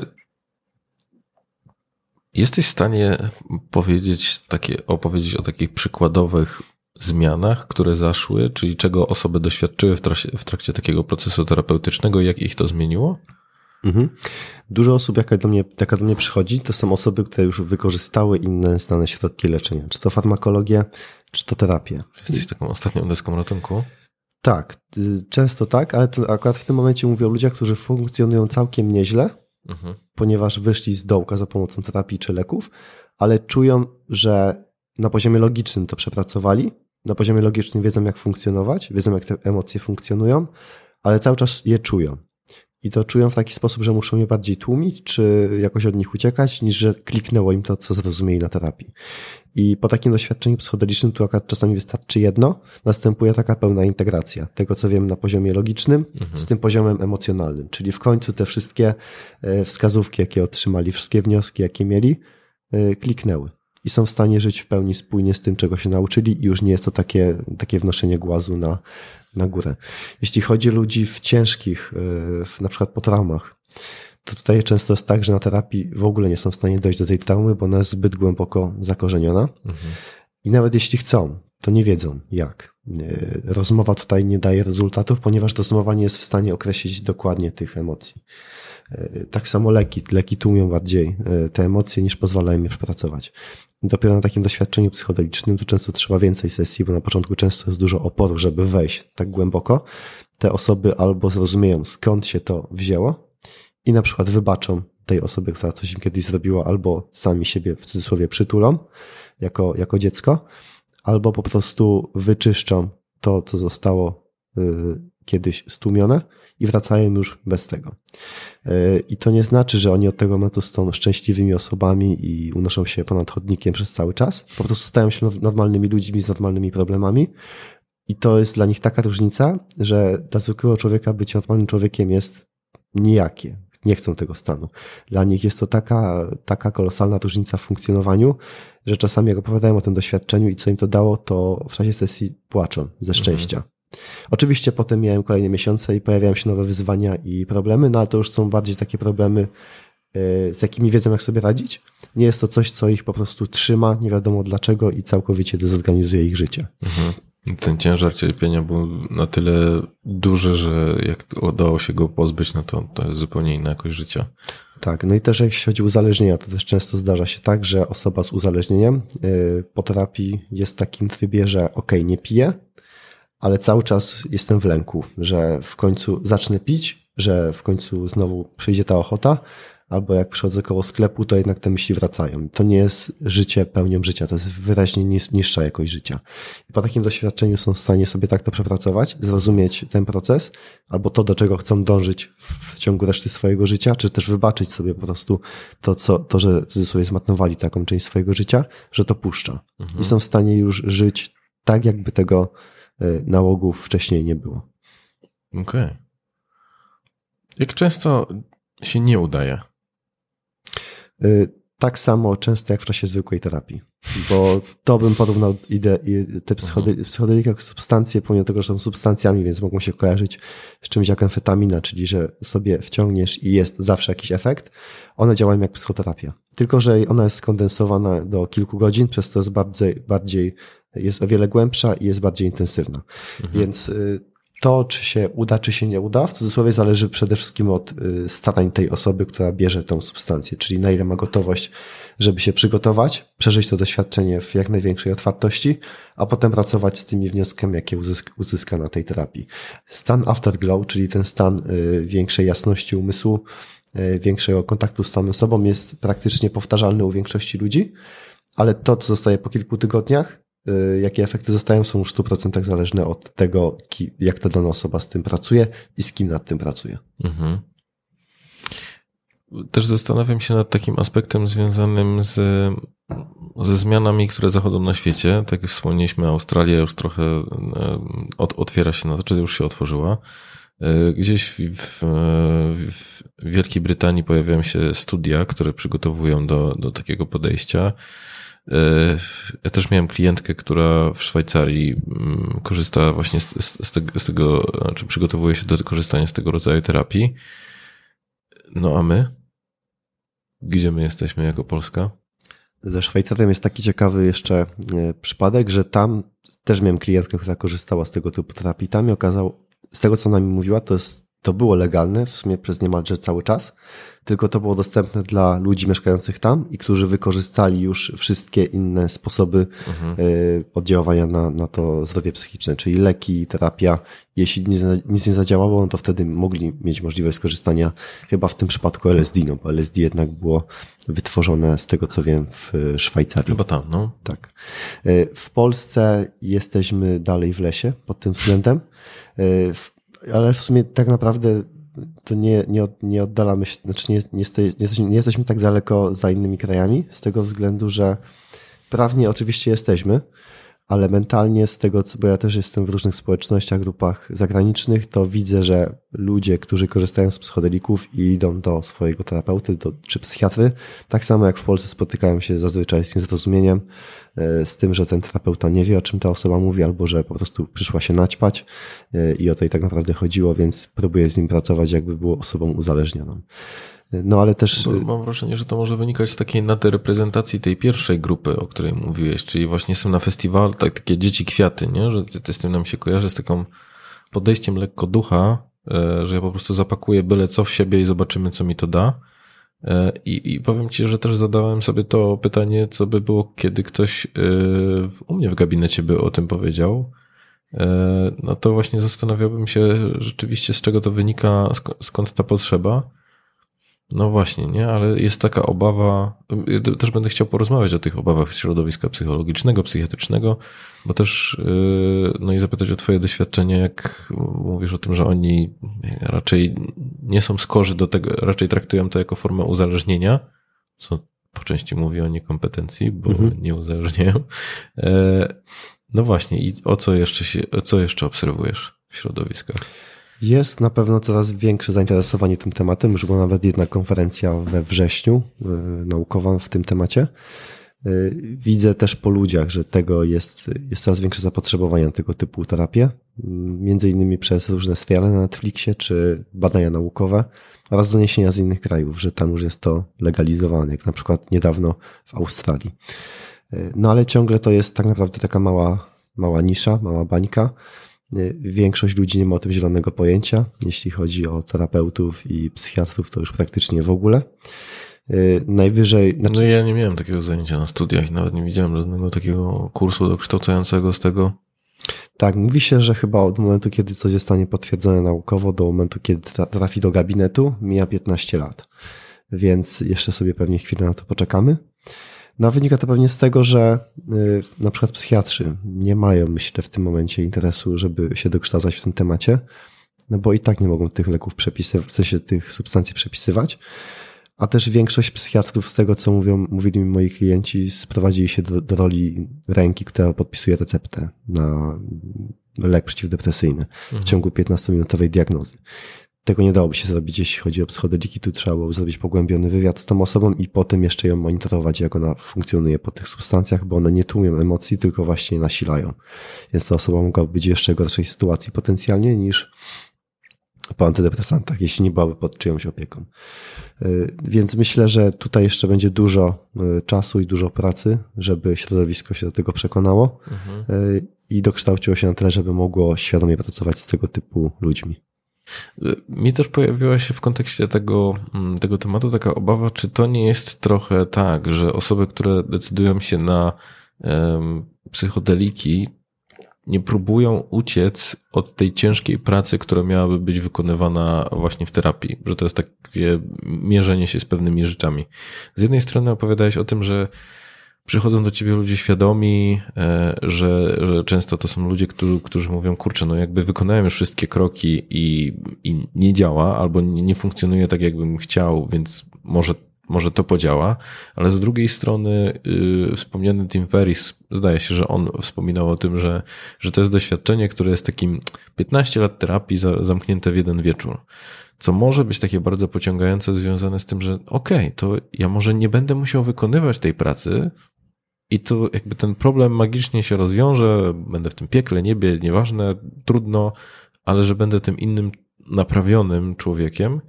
Jesteś w stanie powiedzieć takie, opowiedzieć o takich przykładowych zmianach, które zaszły, czyli czego osoby doświadczyły w trakcie, w trakcie takiego procesu terapeutycznego, jak ich to zmieniło? Mhm. Dużo osób, jaka do mnie, jaka do mnie przychodzi, to są osoby, które już wykorzystały inne znane środki leczenia. Czy to farmakologię, czy to terapię. Jesteś taką ostatnią deską ratunku? Tak, często tak, ale tu akurat w tym momencie mówię o ludziach, którzy funkcjonują całkiem nieźle, mhm. ponieważ wyszli z dołka za pomocą terapii czy leków, ale czują, że na poziomie logicznym to przepracowali, na poziomie logicznym wiedzą, jak funkcjonować, wiedzą, jak te emocje funkcjonują, ale cały czas je czują. I to czują w taki sposób, że muszą je bardziej tłumić, czy jakoś od nich uciekać, niż że kliknęło im to, co zrozumieli na terapii. I po takim doświadczeniu psychodelicznym tu akurat czasami wystarczy jedno, następuje taka pełna integracja tego, co wiem na poziomie logicznym, mhm. z tym poziomem emocjonalnym. Czyli w końcu te wszystkie wskazówki, jakie otrzymali, wszystkie wnioski, jakie mieli, kliknęły. I są w stanie żyć w pełni spójnie z tym, czego się nauczyli i już nie jest to takie, takie wnoszenie głazu na, na górę. Jeśli chodzi o ludzi w ciężkich, w, na przykład po traumach, to tutaj często jest tak, że na terapii w ogóle nie są w stanie dojść do tej traumy, bo ona jest zbyt głęboko zakorzeniona. Mhm. I nawet jeśli chcą, to nie wiedzą jak. Rozmowa tutaj nie daje rezultatów, ponieważ rozmowa nie jest w stanie określić dokładnie tych emocji. Tak samo leki. Leki tłumią bardziej te emocje, niż pozwalają je przepracować. Dopiero na takim doświadczeniu psychodelicznym tu często trzeba więcej sesji, bo na początku często jest dużo oporu, żeby wejść tak głęboko. Te osoby albo zrozumieją, skąd się to wzięło i na przykład wybaczą tej osobie, która coś im kiedyś zrobiła, albo sami siebie w cudzysłowie przytulą jako, jako dziecko, albo po prostu wyczyszczą to, co zostało kiedyś stłumione i wracają już bez tego. I to nie znaczy, że oni od tego momentu są szczęśliwymi osobami i unoszą się ponad chodnikiem przez cały czas. Po prostu stają się normalnymi ludźmi z normalnymi problemami i to jest dla nich taka różnica, że dla zwykłego człowieka bycie normalnym człowiekiem jest nijakie. Nie chcą tego stanu. Dla nich jest to taka, taka kolosalna różnica w funkcjonowaniu, że czasami jak opowiadają o tym doświadczeniu i co im to dało, to w czasie sesji płaczą ze szczęścia. Mhm. Oczywiście potem miałem kolejne miesiące i pojawiają się nowe wyzwania i problemy, no ale to już są bardziej takie problemy, z jakimi wiedzą, jak sobie radzić. Nie jest to coś, co ich po prostu trzyma, nie wiadomo dlaczego i całkowicie dezorganizuje ich życie. Mhm. Ten ciężar cierpienia był na tyle duży, że jak udało się go pozbyć, no to, to jest zupełnie inna jakość życia. Tak, no i też jeśli chodzi o uzależnienia, to też często zdarza się tak, że osoba z uzależnieniem po terapii jest w takim trybie, że okej, nie piję, ale cały czas jestem w lęku, że w końcu zacznę pić, że w końcu znowu przyjdzie ta ochota, albo jak przychodzę koło sklepu, to jednak te myśli wracają. To nie jest życie pełnią życia, to jest wyraźnie niższa jakość życia. I po takim doświadczeniu są w stanie sobie tak to przepracować, zrozumieć ten proces, albo to, do czego chcą dążyć w ciągu reszty swojego życia, czy też wybaczyć sobie po prostu to, co, to że w cudzysłowie zmarnowali taką część swojego życia, że to puszcza. Mhm. I są w stanie już żyć tak, jakby tego nałogów wcześniej nie było. Okej. Okay. Jak często się nie udaje? Tak samo często jak w czasie zwykłej terapii, bo to bym porównał ide, te psychodelika jako substancje, pomimo tego, że są substancjami, więc mogą się kojarzyć z czymś jak amfetamina, czyli że sobie wciągniesz i jest zawsze jakiś efekt. One działają jak psychoterapia, tylko że ona jest skondensowana do kilku godzin, przez to jest bardziej, bardziej jest o wiele głębsza i jest bardziej intensywna. Mhm. Więc to, czy się uda, czy się nie uda, w cudzysłowie zależy przede wszystkim od starań tej osoby, która bierze tą substancję, czyli na ile ma gotowość, żeby się przygotować, przeżyć to doświadczenie w jak największej otwartości, a potem pracować z tymi wnioskami, jakie uzyska na tej terapii. Stan afterglow, czyli ten stan większej jasności umysłu, większego kontaktu z samym sobą jest praktycznie powtarzalny u większości ludzi, ale to, co zostaje po kilku tygodniach, jakie efekty zostają, są już w stu procentach zależne od tego, jak ta dana osoba z tym pracuje i z kim nad tym pracuje. Mhm. Też zastanawiam się nad takim aspektem związanym z, ze zmianami, które zachodzą na świecie. Tak jak wspomnieliśmy, Australia już trochę od, otwiera się na to, czy już się otworzyła. Gdzieś w, w, w Wielkiej Brytanii pojawiają się studia, które przygotowują do, do takiego podejścia. Ja też miałem klientkę, która w Szwajcarii korzysta właśnie z, z, tego, z tego, czy przygotowuje się do korzystania z tego rodzaju terapii. No a my? Gdzie my jesteśmy jako Polska? Ze Szwajcarią jest taki ciekawy jeszcze przypadek, że tam też miałem klientkę, która korzystała z tego typu terapii. Tam mi okazało, z tego co ona mi mówiła, to jest To było legalne w sumie przez niemalże cały czas, tylko to było dostępne dla ludzi mieszkających tam i którzy wykorzystali już wszystkie inne sposoby mhm. oddziaływania na, na to zdrowie psychiczne, czyli leki, terapia. Jeśli nic, nic nie zadziałało, no to wtedy mogli mieć możliwość skorzystania chyba w tym przypadku L S D, no bo L S D jednak było wytworzone z tego co wiem w Szwajcarii. Chyba tam, no. Tak. W Polsce jesteśmy dalej w lesie pod tym względem. W Ale w sumie tak naprawdę to nie, nie, nie oddalamy się, znaczy nie, nie, nie, jesteśmy, nie jesteśmy tak daleko za innymi krajami, z tego względu, że prawnie oczywiście jesteśmy, ale mentalnie z tego, bo ja też jestem w różnych społecznościach, grupach zagranicznych, to widzę, że ludzie, którzy korzystają z psychodelików i idą do swojego terapeuty do, czy psychiatry, tak samo jak w Polsce spotykają się zazwyczaj z niezrozumieniem, z tym, że ten terapeuta nie wie, o czym ta osoba mówi, albo że po prostu przyszła się naćpać i o to i tak naprawdę chodziło, więc próbuje z nim pracować, jakby było osobą uzależnioną. No ale też... Mam wrażenie, że to może wynikać z takiej nadreprezentacji tej pierwszej grupy, o której mówiłeś, czyli właśnie jestem na festiwalu, tak, takie dzieci kwiaty, nie? Że ty z tym nam się kojarzy, z taką podejściem lekko ducha, że ja po prostu zapakuję byle co w siebie i zobaczymy, co mi to da. I, I powiem ci, że też zadałem sobie to pytanie, co by było, kiedy ktoś u mnie w gabinecie by o tym powiedział. No to właśnie zastanawiałbym się rzeczywiście, z czego to wynika, skąd ta potrzeba. No właśnie, nie, ale jest taka obawa, też będę chciał porozmawiać o tych obawach środowiska psychologicznego, psychiatrycznego, bo też, no i zapytać o twoje doświadczenie, jak mówisz o tym, że oni raczej nie są skorzy do tego, raczej traktują to jako formę uzależnienia, co po części mówi o niekompetencji, bo mhm. nie uzależniają. No właśnie, i o co jeszcze się, co jeszcze obserwujesz w środowiskach? Jest na pewno coraz większe zainteresowanie tym tematem, już była nawet jedna konferencja we wrześniu naukowa w tym temacie. Widzę też po ludziach, że tego jest, jest coraz większe zapotrzebowanie na tego typu terapię, między innymi przez różne seriale na Netflixie czy badania naukowe oraz doniesienia z innych krajów, że tam już jest to legalizowane, jak na przykład niedawno w Australii. No ale ciągle to jest tak naprawdę taka mała, mała nisza, mała bańka. Większość ludzi nie ma o tym zielonego pojęcia. Jeśli chodzi o terapeutów i psychiatrów, to już praktycznie w ogóle. Najwyżej... Znaczy... No ja nie miałem takiego zajęcia na studiach i nawet nie widziałem żadnego takiego kursu dokształcającego z tego. Tak, mówi się, że chyba od momentu, kiedy coś zostanie potwierdzone naukowo, do momentu, kiedy trafi do gabinetu, mija piętnaście lat. Więc jeszcze sobie pewnie chwilę na to poczekamy. No, wynika to pewnie z tego, że y, na przykład psychiatrzy nie mają, myślę, w tym momencie interesu, żeby się dokształcać w tym temacie, no bo i tak nie mogą tych leków przepisywać, w sensie tych substancji przepisywać, a też większość psychiatrów z tego, co mówią, mówili mi moi klienci, sprowadzili się do, do roli ręki, która podpisuje receptę na lek przeciwdepresyjny mhm. w ciągu piętnastominutowej diagnozy. Tego nie dałoby się zrobić, jeśli chodzi o psychodeliki. Tu trzeba było zrobić pogłębiony wywiad z tą osobą i potem jeszcze ją monitorować, jak ona funkcjonuje po tych substancjach, bo one nie tłumią emocji, tylko właśnie nasilają. Więc ta osoba mogła być w jeszcze gorszej sytuacji potencjalnie niż po antydepresantach, jeśli nie byłaby pod czyjąś opieką. Więc myślę, że tutaj jeszcze będzie dużo czasu i dużo pracy, żeby środowisko się do tego przekonało mhm. i dokształciło się na tyle, żeby mogło świadomie pracować z tego typu ludźmi. Mi też pojawiła się w kontekście tego, tego tematu taka obawa, czy to nie jest trochę tak, że osoby, które decydują się na um, psychodeliki, nie próbują uciec od tej ciężkiej pracy, która miałaby być wykonywana właśnie w terapii, że to jest takie mierzenie się z pewnymi rzeczami. Z jednej strony opowiadałeś o tym, że przychodzą do ciebie ludzie świadomi, że, że często to są ludzie, którzy, którzy mówią, kurczę, no jakby wykonałem już wszystkie kroki i, i nie działa, albo nie, nie funkcjonuje tak, jakbym chciał, więc może, może to podziała, ale z drugiej strony yy, wspomniany Tim Ferriss, zdaje się, że on wspominał o tym, że, że to jest doświadczenie, które jest takim piętnaście lat terapii za, zamknięte w jeden wieczór. Co może być takie bardzo pociągające, związane z tym, że okej, okay, to ja może nie będę musiał wykonywać tej pracy i to jakby ten problem magicznie się rozwiąże, będę w tym piekle, niebie, nieważne, trudno, ale że będę tym innym naprawionym człowiekiem,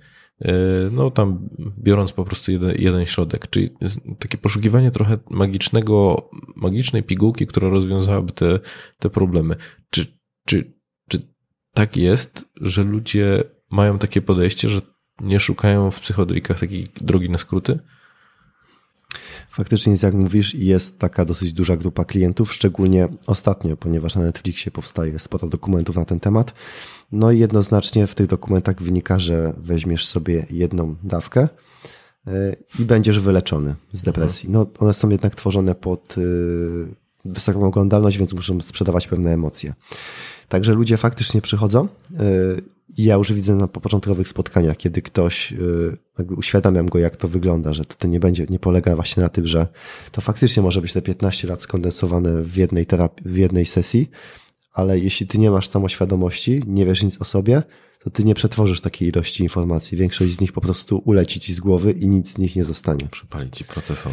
no tam biorąc po prostu jeden, jeden środek, czyli takie poszukiwanie trochę magicznego, magicznej pigułki, która rozwiązałaby te, te problemy. Czy, czy, czy tak jest, że ludzie mają takie podejście, że nie szukają w psychodelikach takiej drogi na skróty? Faktycznie jest, jak mówisz, jest taka dosyć duża grupa klientów, szczególnie ostatnio, ponieważ na Netflixie powstaje sporo dokumentów na ten temat. No i jednoznacznie w tych dokumentach wynika, że weźmiesz sobie jedną dawkę i będziesz wyleczony z depresji. No, one są jednak tworzone pod wysoką oglądalność, więc muszą sprzedawać pewne emocje. Także ludzie faktycznie przychodzą i ja już widzę na początkowych spotkaniach, kiedy ktoś, jakby uświadamiam go, jak to wygląda, że to nie będzie, nie polega właśnie na tym, że to faktycznie może być te piętnaście lat skondensowane w jednej terapii, w jednej sesji, ale jeśli ty nie masz samoświadomości, nie wiesz nic o sobie, to ty nie przetworzysz takiej ilości informacji. Większość z nich po prostu uleci ci z głowy i nic z nich nie zostanie. Przypali ci procesor.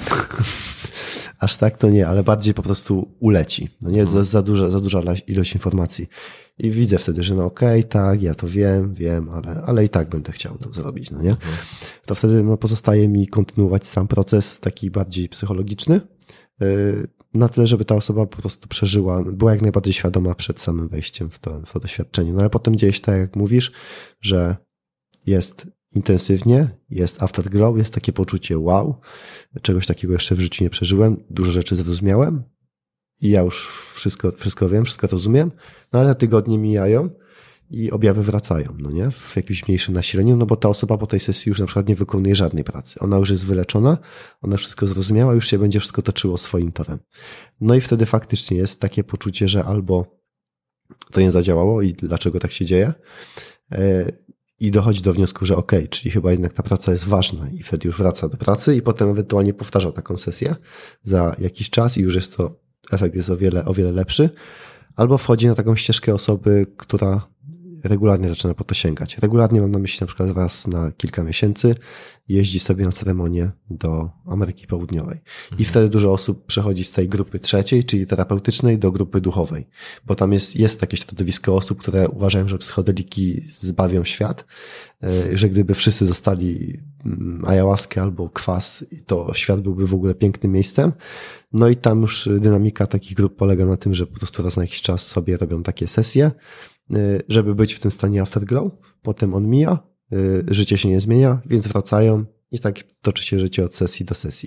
Aż tak to nie, ale bardziej po prostu uleci. No nie, za, za duża, za duża ilość informacji. I widzę wtedy, że no okej, okay, tak, ja to wiem, wiem, ale, ale i tak będę chciał to zrobić, no nie? To wtedy no, pozostaje mi kontynuować sam proces taki bardziej psychologiczny, yy, na tyle, żeby ta osoba po prostu przeżyła, była jak najbardziej świadoma przed samym wejściem w to, w to doświadczenie. No ale potem dzieje się tak, jak mówisz, że jest intensywnie, jest afterglow, jest takie poczucie wow, czegoś takiego jeszcze w życiu nie przeżyłem, dużo rzeczy zrozumiałem i ja już wszystko, wszystko wiem, wszystko rozumiem, no ale tygodnie mijają i objawy wracają, no nie? W jakimś mniejszym nasileniu, no bo ta osoba po tej sesji już na przykład nie wykonuje żadnej pracy. Ona już jest wyleczona, ona wszystko zrozumiała, już się będzie wszystko toczyło swoim torem. No i wtedy faktycznie jest takie poczucie, że albo to nie zadziałało i dlaczego tak się dzieje, i dochodzi do wniosku, że okej, okay, czyli chyba jednak ta praca jest ważna i wtedy już wraca do pracy i potem ewentualnie powtarza taką sesję za jakiś czas i już jest to, efekt jest o wiele, o wiele lepszy, albo wchodzi na taką ścieżkę osoby, która regularnie zaczyna po to sięgać. Regularnie mam na myśli na przykład raz na kilka miesięcy jeździ sobie na ceremonię do Ameryki Południowej. Mhm. I wtedy dużo osób przechodzi z tej grupy trzeciej, czyli terapeutycznej, do grupy duchowej. Bo tam jest, jest takie środowisko osób, które uważają, że psychodeliki zbawią świat, że gdyby wszyscy dostali ayahuaskę albo kwas, to świat byłby w ogóle pięknym miejscem. No i tam już dynamika takich grup polega na tym, że po prostu raz na jakiś czas sobie robią takie sesje, żeby być w tym stanie afterglow, potem on mija, życie się nie zmienia, więc wracają i tak toczy się życie od sesji do sesji.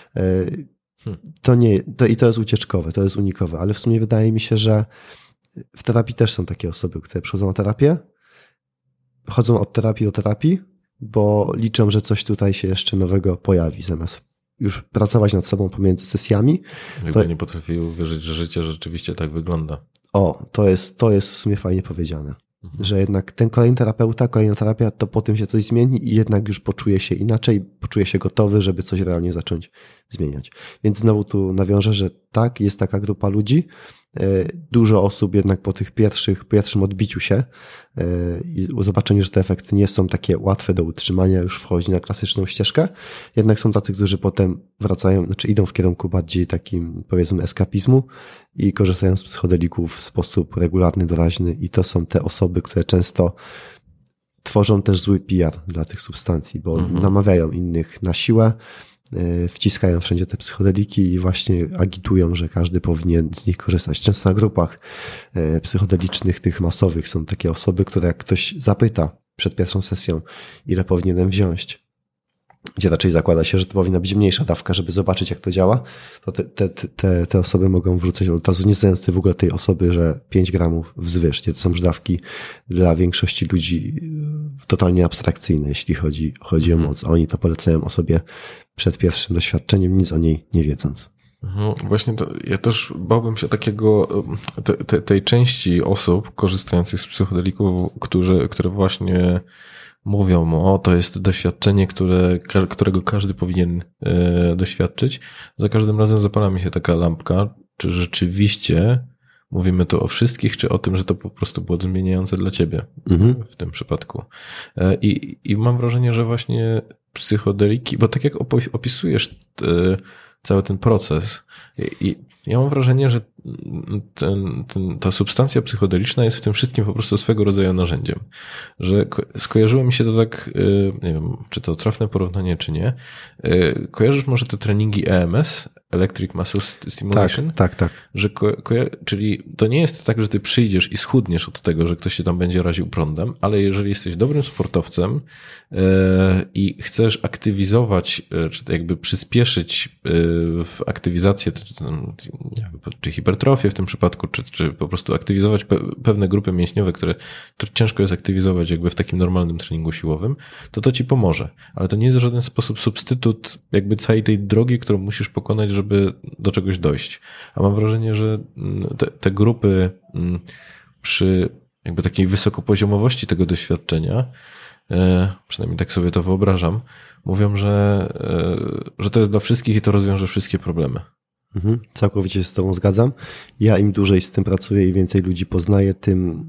To nie, to, i to jest ucieczkowe, to jest unikowe, ale w sumie wydaje mi się, że w terapii też są takie osoby, które przychodzą na terapię, chodzą od terapii do terapii, bo liczą, że coś tutaj się jeszcze nowego pojawi, zamiast już pracować nad sobą pomiędzy sesjami. Jakby to nie potrafi uwierzyć, że życie rzeczywiście tak wygląda. O, to jest, to jest w sumie fajnie powiedziane. Mhm. Że jednak ten kolejny terapeuta, kolejna terapia, to po tym się coś zmieni i jednak już poczuje się inaczej, poczuje się gotowy, żeby coś realnie zacząć zmieniać. Więc znowu tu nawiążę, że tak, jest taka grupa ludzi, dużo osób jednak po tych pierwszych, pierwszym odbiciu się i zobaczeniu, że te efekty nie są takie łatwe do utrzymania, już wchodzi na klasyczną ścieżkę. Jednak są tacy, którzy potem wracają, znaczy idą w kierunku bardziej takim, powiedzmy, eskapizmu i korzystają z psychodelików w sposób regularny, doraźny i to są te osoby, które często tworzą też zły P R dla tych substancji, bo mhm. namawiają innych na siłę, wciskają wszędzie te psychodeliki i właśnie agitują, że każdy powinien z nich korzystać. Często na grupach psychodelicznych, tych masowych są takie osoby, które jak ktoś zapyta przed pierwszą sesją, ile powinienem wziąć, gdzie raczej zakłada się, że to powinna być mniejsza dawka, żeby zobaczyć, jak to działa, to te, te, te, te osoby mogą wrzucać od razu, nie znając w ogóle tej osoby, że pięć gramów wzwyż. To są już dawki dla większości ludzi totalnie abstrakcyjne, jeśli chodzi, chodzi o moc. Oni to polecają osobie przed pierwszym doświadczeniem, nic o niej nie wiedząc. No właśnie, to ja też bałbym się takiego, te, te, tej części osób korzystających z psychodelików, którzy, które właśnie mówią, o to jest doświadczenie, które, którego każdy powinien e, doświadczyć. Za każdym razem zapala mi się taka lampka, czy rzeczywiście mówimy tu o wszystkich, czy o tym, że to po prostu było zmieniające dla ciebie mhm. w tym przypadku. E, i, I mam wrażenie, że właśnie psychodeliki, bo tak jak opisujesz te, cały ten proces i ja mam wrażenie, że ten, ten, ta substancja psychodeliczna jest w tym wszystkim po prostu swego rodzaju narzędziem. Że ko- skojarzyło mi się to tak, nie wiem, czy to trafne porównanie, czy nie. Kojarzysz może te treningi E M S, Electric Muscle Stimulation? Tak, tak, tak. Że ko- ko- czyli to nie jest tak, że ty przyjdziesz i schudniesz od tego, że ktoś się tam będzie raził prądem, ale jeżeli jesteś dobrym sportowcem yy, i chcesz aktywizować, yy, czy jakby przyspieszyć yy, w aktywizację, czy, czy, czy hipertrofię w tym przypadku, czy, czy po prostu aktywizować pe- pewne grupy mięśniowe, które, które ciężko jest aktywizować jakby w takim normalnym treningu siłowym, to to ci pomoże. Ale to nie jest w żaden sposób substytut jakby całej tej drogi, którą musisz pokonać, żeby do czegoś dojść. A mam wrażenie, że te, te grupy przy jakby takiej wysokopoziomowości tego doświadczenia, przynajmniej tak sobie to wyobrażam, mówią, że, że to jest dla wszystkich i to rozwiąże wszystkie problemy. Mhm, całkowicie się z tobą zgadzam. Ja im dłużej z tym pracuję i więcej ludzi poznaję, tym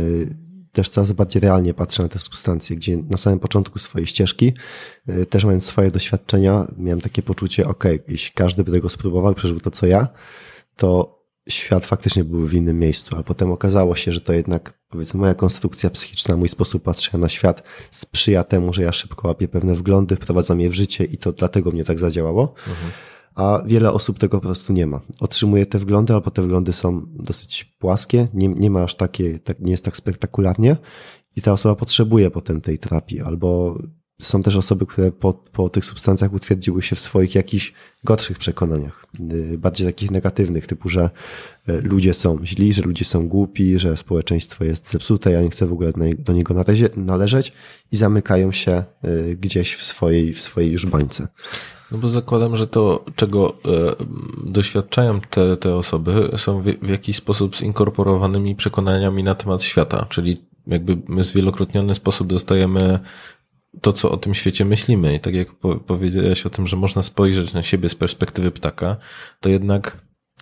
też coraz bardziej realnie patrzę na te substancje, gdzie na samym początku swojej ścieżki, też mając swoje doświadczenia, miałem takie poczucie, ok, jeśli każdy by tego spróbował, przeżył to, co ja, to świat faktycznie byłby w innym miejscu, ale potem okazało się, że to jednak, powiedzmy, moja konstrukcja psychiczna, mój sposób patrzenia na świat sprzyja temu, że ja szybko łapię pewne wglądy, wprowadzam je w życie i to dlatego mnie tak zadziałało. Mhm. A wiele osób tego po prostu nie ma. Otrzymuje te wglądy, albo te wglądy są dosyć płaskie, nie, nie ma aż takie, tak, nie jest tak spektakularnie i ta osoba potrzebuje potem tej terapii, albo są też osoby, które po, po tych substancjach utwierdziły się w swoich jakichś gorszych przekonaniach, bardziej takich negatywnych, typu, że ludzie są źli, że ludzie są głupi, że społeczeństwo jest zepsute, ja nie chcę w ogóle do niego należeć i zamykają się gdzieś w swojej, w swojej już bańce. No bo zakładam, że to, czego doświadczają te, te osoby, są w, w jakiś sposób zinkorporowanymi przekonaniami na temat świata, czyli jakby my w zwielokrotniony sposób dostajemy to, co o tym świecie myślimy. I tak jak powiedziałeś o tym, że można spojrzeć na siebie z perspektywy ptaka, to jednak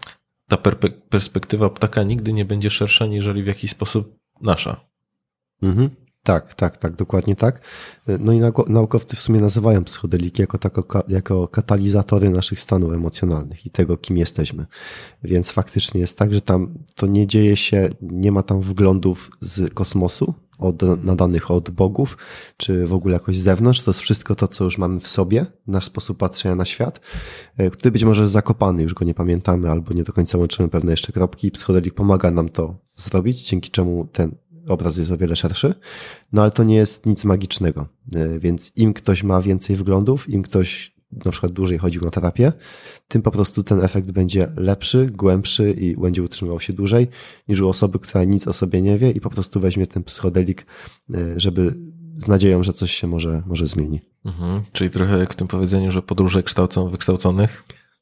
ta perspektywa ptaka nigdy nie będzie szersza, niżeli w jakiś sposób nasza. Mhm. Tak, tak, tak, dokładnie tak. No i naukowcy w sumie nazywają psychodeliki jako, tako, jako katalizatory naszych stanów emocjonalnych i tego, kim jesteśmy. Więc faktycznie jest tak, że tam to nie dzieje się, nie ma tam wglądów z kosmosu, od, nadanych od bogów, czy w ogóle jakoś z zewnątrz. To jest wszystko to, co już mamy w sobie, nasz sposób patrzenia na świat, który być może jest zakopany, już go nie pamiętamy, albo nie do końca łączymy pewne jeszcze kropki. Psychodelik pomaga nam to zrobić, dzięki czemu ten obraz jest o wiele szerszy, no ale to nie jest nic magicznego, więc im ktoś ma więcej wglądów, im ktoś na przykład dłużej chodził na terapię, tym po prostu ten efekt będzie lepszy, głębszy i będzie utrzymywał się dłużej niż u osoby, która nic o sobie nie wie i po prostu weźmie ten psychodelik, żeby z nadzieją, że coś się może, może zmieni. Mhm, czyli trochę jak w tym powiedzeniu, że podróże kształcą wykształconych?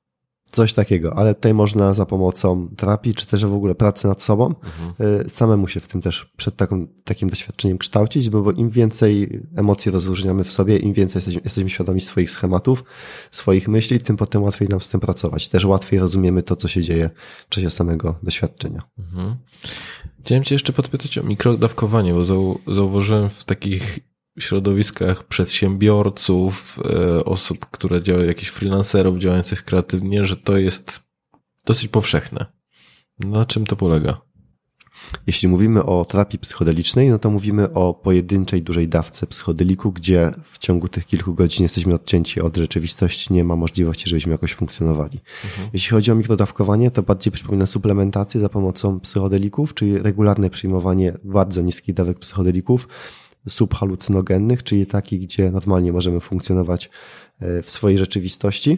Coś takiego, ale tutaj można za pomocą terapii, czy też w ogóle pracy nad sobą, mhm. samemu się w tym też przed taką, takim doświadczeniem kształcić, bo, bo im więcej emocji rozróżniamy w sobie, im więcej jesteśmy, jesteśmy świadomi swoich schematów, swoich myśli, tym potem łatwiej nam z tym pracować. Też łatwiej rozumiemy to, co się dzieje w czasie samego doświadczenia. Mhm. Chciałem cię jeszcze podpytać o mikrodawkowanie, bo zau, zauważyłem w takich środowiskach przedsiębiorców, osób, które działają, jakichś freelancerów działających kreatywnie, że to jest dosyć powszechne. Na czym to polega? Jeśli mówimy o terapii psychodelicznej, no to mówimy o pojedynczej, dużej dawce psychodeliku, gdzie w ciągu tych kilku godzin jesteśmy odcięci od rzeczywistości, nie ma możliwości, żebyśmy jakoś funkcjonowali. Mhm. Jeśli chodzi o mikrodawkowanie, to bardziej przypomina suplementację za pomocą psychodelików, czyli regularne przyjmowanie bardzo niskich dawek psychodelików, subhalucynogennych, czyli takich, gdzie normalnie możemy funkcjonować w swojej rzeczywistości,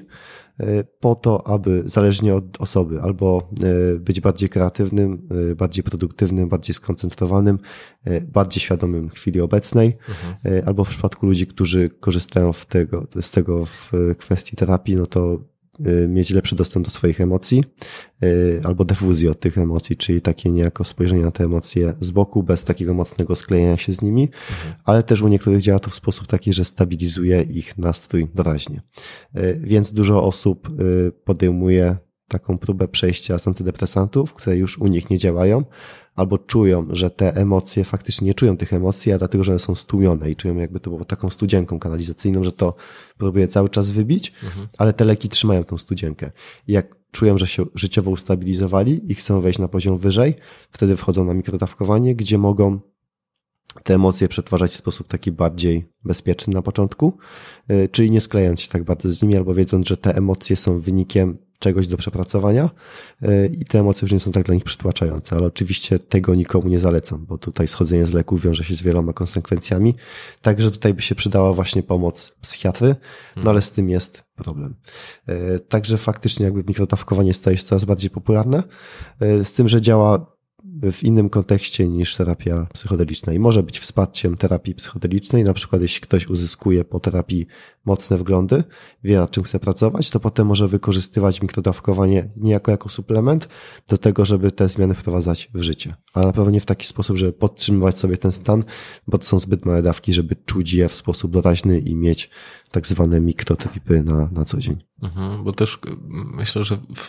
po to, aby zależnie od osoby albo być bardziej kreatywnym, bardziej produktywnym, bardziej skoncentrowanym, bardziej świadomym chwili obecnej, mhm. albo w przypadku ludzi, którzy korzystają w tego, z tego w kwestii terapii, no to mieć lepszy dostęp do swoich emocji albo defuzję od tych emocji, czyli takie niejako spojrzenie na te emocje z boku, bez takiego mocnego sklejenia się z nimi, mhm. ale też u niektórych działa to w sposób taki, że stabilizuje ich nastrój doraźnie. Więc dużo osób podejmuje taką próbę przejścia z antydepresantów, które już u nich nie działają, albo czują, że te emocje faktycznie nie czują tych emocji, a dlatego, że one są stłumione i czują jakby to było taką studzienką kanalizacyjną, że to próbuje cały czas wybić, mhm. ale te leki trzymają tą studzienkę. I jak czują, że się życiowo ustabilizowali i chcą wejść na poziom wyżej, wtedy wchodzą na mikrodawkowanie, gdzie mogą te emocje przetwarzać w sposób taki bardziej bezpieczny na początku, czyli nie sklejając się tak bardzo z nimi, albo wiedząc, że te emocje są wynikiem czegoś do przepracowania i te emocje już nie są tak dla nich przytłaczające, ale oczywiście tego nikomu nie zalecam, bo tutaj schodzenie z leków wiąże się z wieloma konsekwencjami, także tutaj by się przydała właśnie pomoc psychiatry, no ale z tym jest problem. Także faktycznie jakby mikrodawkowanie staje się coraz bardziej popularne, z tym, że działa w innym kontekście niż terapia psychodeliczna i może być wsparciem terapii psychodelicznej. Na przykład jeśli ktoś uzyskuje po terapii mocne wglądy, wie nad czym chce pracować, to potem może wykorzystywać mikrodawkowanie niejako jako suplement do tego, żeby te zmiany wprowadzać w życie. Ale na pewno nie w taki sposób, żeby podtrzymywać sobie ten stan, bo to są zbyt małe dawki, żeby czuć je w sposób doraźny i mieć tak zwane mikrotripy na, na co dzień. Mhm, bo też myślę, że w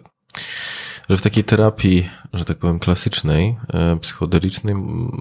że w takiej terapii, że tak powiem, klasycznej, psychodelicznej,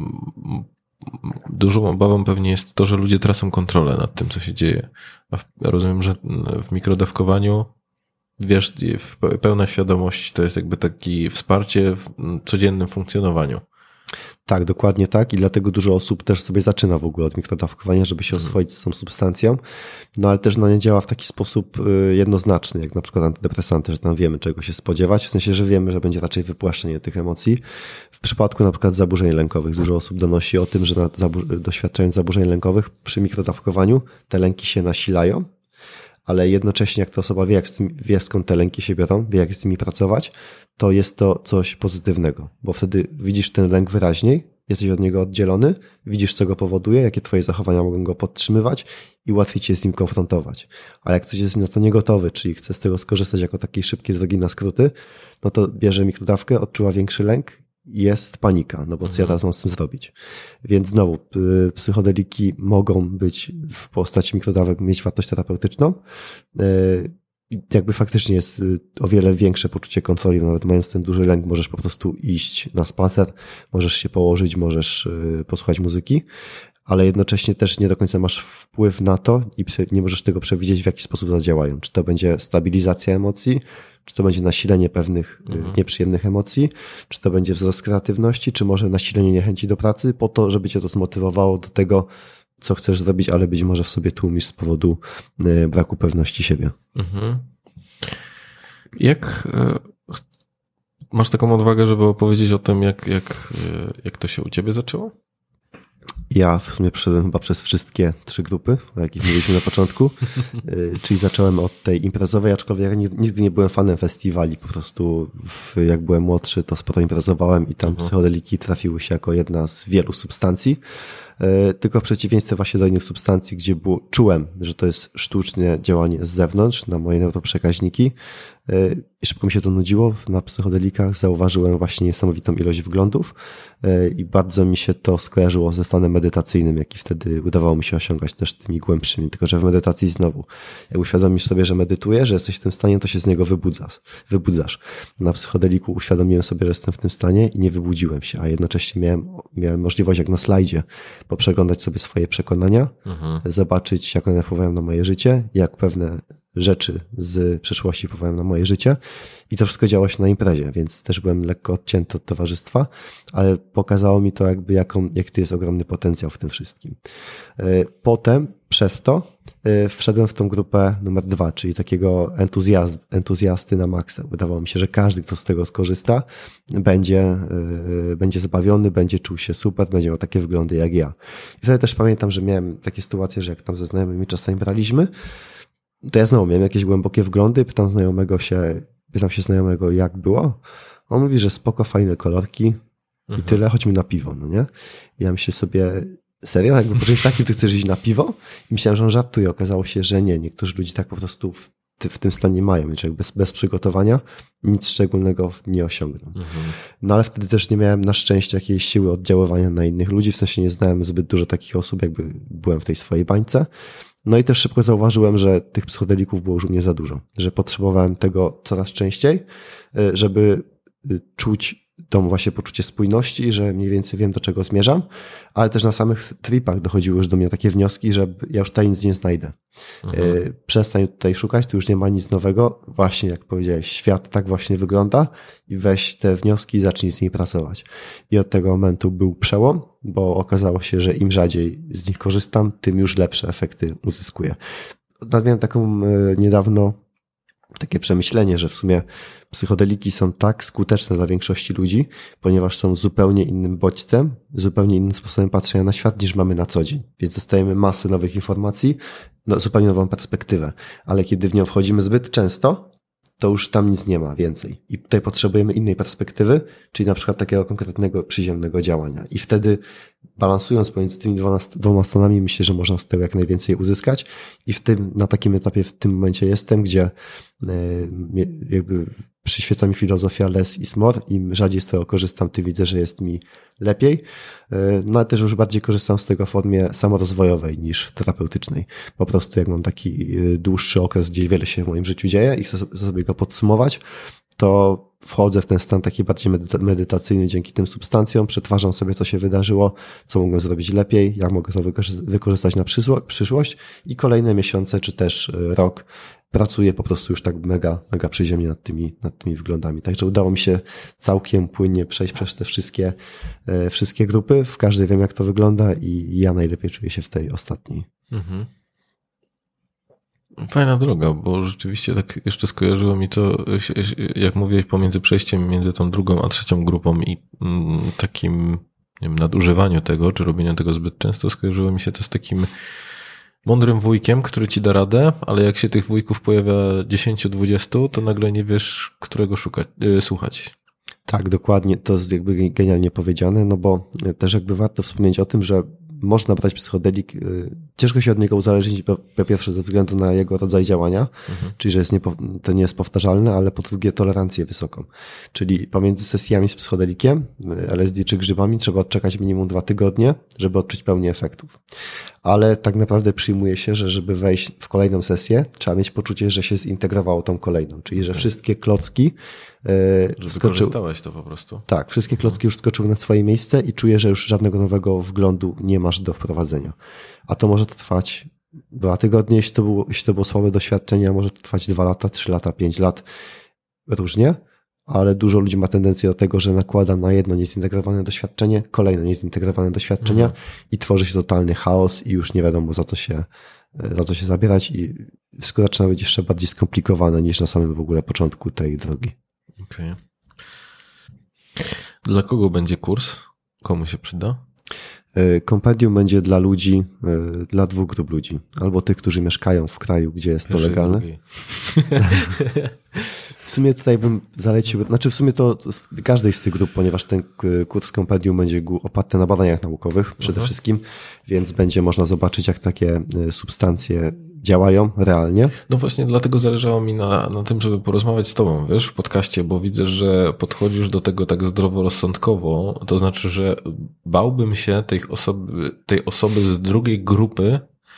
dużą obawą pewnie jest to, że ludzie tracą kontrolę nad tym, co się dzieje. A rozumiem, że w mikrodawkowaniu, wiesz, pełna świadomość to jest jakby takie wsparcie w codziennym funkcjonowaniu. Tak, dokładnie tak i dlatego dużo osób też sobie zaczyna w ogóle od mikrodawkowania, żeby się oswoić z tą substancją, no ale też no nie działa w taki sposób jednoznaczny, jak na przykład antydepresanty, że tam wiemy czego się spodziewać, w sensie, że wiemy, że będzie raczej wypłaszczenie tych emocji. W przypadku na przykład zaburzeń lękowych dużo osób donosi o tym, że na, zabu- doświadczając zaburzeń lękowych przy mikrodawkowaniu te lęki się nasilają, ale jednocześnie jak ta osoba wie, jak z tym, wie skąd te lęki się biorą, wie jak z nimi pracować, to jest to coś pozytywnego, bo wtedy widzisz ten lęk wyraźniej, jesteś od niego oddzielony, widzisz co go powoduje, jakie twoje zachowania mogą go podtrzymywać i łatwiej cię z nim konfrontować. A jak ktoś jest na to niegotowy, czyli chce z tego skorzystać jako takiej szybkiej drogi na skróty, no to bierze mikrodawkę, odczuwa większy lęk, jest panika, no bo co ja teraz mam z tym zrobić? Więc znowu, psychodeliki mogą być w postaci mikrodawek mieć wartość terapeutyczną. Jakby faktycznie jest o wiele większe poczucie kontroli, nawet mając ten duży lęk możesz po prostu iść na spacer, możesz się położyć, możesz posłuchać muzyki, ale jednocześnie też nie do końca masz wpływ na to i nie możesz tego przewidzieć, w jaki sposób zadziałają. Czy to będzie stabilizacja emocji, czy to będzie nasilenie pewnych mhm. nieprzyjemnych emocji, czy to będzie wzrost kreatywności, czy może nasilenie niechęci do pracy, po to, żeby cię to zmotywowało do tego, co chcesz zrobić, ale być może w sobie tłumisz z powodu braku pewności siebie. Mhm. Jak masz taką odwagę, żeby opowiedzieć o tym, jak, jak, jak to się u ciebie zaczęło? Ja w sumie przeszedłem chyba przez wszystkie trzy grupy, o jakich mówiliśmy na początku, czyli zacząłem od tej imprezowej, aczkolwiek ja nigdy nie byłem fanem festiwali, po prostu jak byłem młodszy, to sporo imprezowałem i tam mhm. psychodeliki trafiły się jako jedna z wielu substancji, tylko w przeciwieństwie właśnie do innych substancji, gdzie było, czułem, że to jest sztuczne działanie z zewnątrz na moje neuroprzekaźniki i szybko mi się to nudziło. Na psychodelikach zauważyłem właśnie niesamowitą ilość wglądów i bardzo mi się to skojarzyło ze stanem medytacyjnym, jaki wtedy udawało mi się osiągać też tymi głębszymi, tylko że w medytacji znowu, jak uświadomisz sobie, że meditujesz, że jesteś w tym stanie, to się z niego wybudzasz. wybudzasz. Na psychodeliku uświadomiłem sobie, że jestem w tym stanie i nie wybudziłem się, a jednocześnie miałem, miałem możliwość jak na slajdzie poprzeglądać sobie swoje przekonania, mhm. zobaczyć jak one wpływają na moje życie, jak pewne rzeczy z przeszłości wpływają na moje życie i to wszystko działo się na imprezie, więc też byłem lekko odcięty od towarzystwa, ale pokazało mi to jakby jaką, jak tu jest ogromny potencjał w tym wszystkim. Potem przez to wszedłem w tą grupę numer dwa, czyli takiego entuzjazd, entuzjasty na maksa. Wydawało mi się, że każdy, kto z tego skorzysta, będzie, będzie zbawiony, będzie czuł się super, będzie miał takie wyglądy jak ja. I wtedy też pamiętam, że miałem takie sytuacje, że jak tam ze znajomymi czasami braliśmy, to ja znowu miałem jakieś głębokie wglądy, pytam znajomego się, pytam się znajomego, jak było. On mówi, że spoko, fajne kolorki mhm. i tyle, chodźmy na piwo, no nie? I ja myślę sobie, serio? Jakby po czymś takim ty chcesz iść na piwo? I myślałem, że on żartuje. Okazało się, że nie. Niektórzy ludzie tak po prostu w, w tym stanie mają. Czyli bez, bez przygotowania nic szczególnego nie osiągną. Mhm. No ale wtedy też nie miałem na szczęście jakiejś siły oddziaływania na innych ludzi. W sensie nie znałem zbyt dużo takich osób, jakby byłem w tej swojej bańce. No i też szybko zauważyłem, że tych psychodelików było już u mnie za dużo. Że potrzebowałem tego coraz częściej, żeby czuć to właśnie poczucie spójności, że mniej więcej wiem, do czego zmierzam, ale też na samych tripach dochodziły już do mnie takie wnioski, że ja już tutaj nic nie znajdę. Mhm. Przestań tutaj szukać, tu już nie ma nic nowego. Właśnie jak powiedziałeś, świat tak właśnie wygląda i weź te wnioski i zacznij z nimi pracować. I od tego momentu był przełom, bo okazało się, że im rzadziej z nich korzystam, tym już lepsze efekty uzyskuję. Nawet miałem taką niedawno takie przemyślenie, że w sumie psychodeliki są tak skuteczne dla większości ludzi, ponieważ są zupełnie innym bodźcem, zupełnie innym sposobem patrzenia na świat niż mamy na co dzień. Więc dostajemy masę nowych informacji, no, zupełnie nową perspektywę. Ale kiedy w nią wchodzimy zbyt często, to już tam nic nie ma więcej. I tutaj potrzebujemy innej perspektywy, czyli na przykład takiego konkretnego, przyziemnego działania. I wtedy balansując pomiędzy tymi dwoma, dwoma stronami, myślę, że można z tego jak najwięcej uzyskać. I w tym, na takim etapie w tym momencie jestem, gdzie jakby przyświeca mi filozofia less is more. Im rzadziej z tego korzystam, tym widzę, że jest mi lepiej. No ale też już bardziej korzystam z tego w formie samorozwojowej niż terapeutycznej. Po prostu jak mam taki dłuższy okres, gdzie wiele się w moim życiu dzieje i chcę sobie go podsumować, to wchodzę w ten stan taki bardziej medytacyjny dzięki tym substancjom, przetwarzam sobie, co się wydarzyło, co mogłem zrobić lepiej, jak mogę to wykorzystać na przyszłość i kolejne miesiące, czy też rok pracuję po prostu już tak mega, mega przyziemnie nad tymi, nad tymi wglądami. Także udało mi się całkiem płynnie przejść przez te wszystkie, wszystkie grupy. W każdej wiem, jak to wygląda i ja najlepiej czuję się w tej ostatniej. Mhm. Fajna droga, bo rzeczywiście tak jeszcze skojarzyło mi to, jak mówiłeś, pomiędzy przejściem między tą drugą a trzecią grupą i takim, nie wiem, nadużywaniu tego, czy robieniu tego zbyt często, skojarzyło mi się to z takim mądrym wujkiem, który ci da radę, ale jak się tych wujków pojawia dziesięć dwadzieścia, to nagle nie wiesz, którego szukać, yy, słuchać. Tak, dokładnie. To jest jakby genialnie powiedziane, no bo też jakby warto wspomnieć o tym, że można brać psychodelik, ciężko się od niego uzależnić, po pierwsze ze względu na jego rodzaj działania, mhm. czyli że jest niepo, to nie jest powtarzalne, ale po drugie tolerancję wysoką. Czyli pomiędzy sesjami z psychodelikiem, L S D czy grzybami trzeba odczekać minimum dwa tygodnie, żeby odczuć pełnię efektów. Ale tak naprawdę przyjmuje się, że żeby wejść w kolejną sesję, trzeba mieć poczucie, że się zintegrowało tą kolejną, czyli że wszystkie klocki Że wykorzystałeś to po prostu. Tak, wszystkie klocki już skoczyły na swoje miejsce i czuję, że już żadnego nowego wglądu nie masz do wprowadzenia. A to może to trwać dwa tygodnie, jeśli to było, jeśli to było słabe doświadczenie, a może to trwać dwa lata, trzy lata, pięć lat, różnie, ale dużo ludzi ma tendencję do tego, że nakłada na jedno niezintegrowane doświadczenie, kolejne niezintegrowane doświadczenia mhm. i tworzy się totalny chaos i już nie wiadomo za co się, za co się zabierać i wszystko zaczyna być jeszcze bardziej skomplikowane niż na samym w ogóle początku tej drogi. Okej. Okay. Dla kogo będzie kurs? Komu się przyda? Kompendium będzie dla ludzi, dla dwóch grup ludzi. Albo tych, którzy mieszkają w kraju, gdzie jest Pierwszej, to legalne. W sumie tutaj bym zalecił, znaczy w sumie to z każdej z tych grup, ponieważ ten kurs kompendium będzie oparty na badaniach naukowych przede Aha. wszystkim, więc będzie można zobaczyć, jak takie substancje działają realnie. No właśnie dlatego zależało mi na, na tym, żeby porozmawiać z tobą, wiesz, w podcaście, bo widzę, że podchodzisz do tego tak zdroworozsądkowo, to znaczy, że bałbym się tej osoby, tej osoby z drugiej grupy,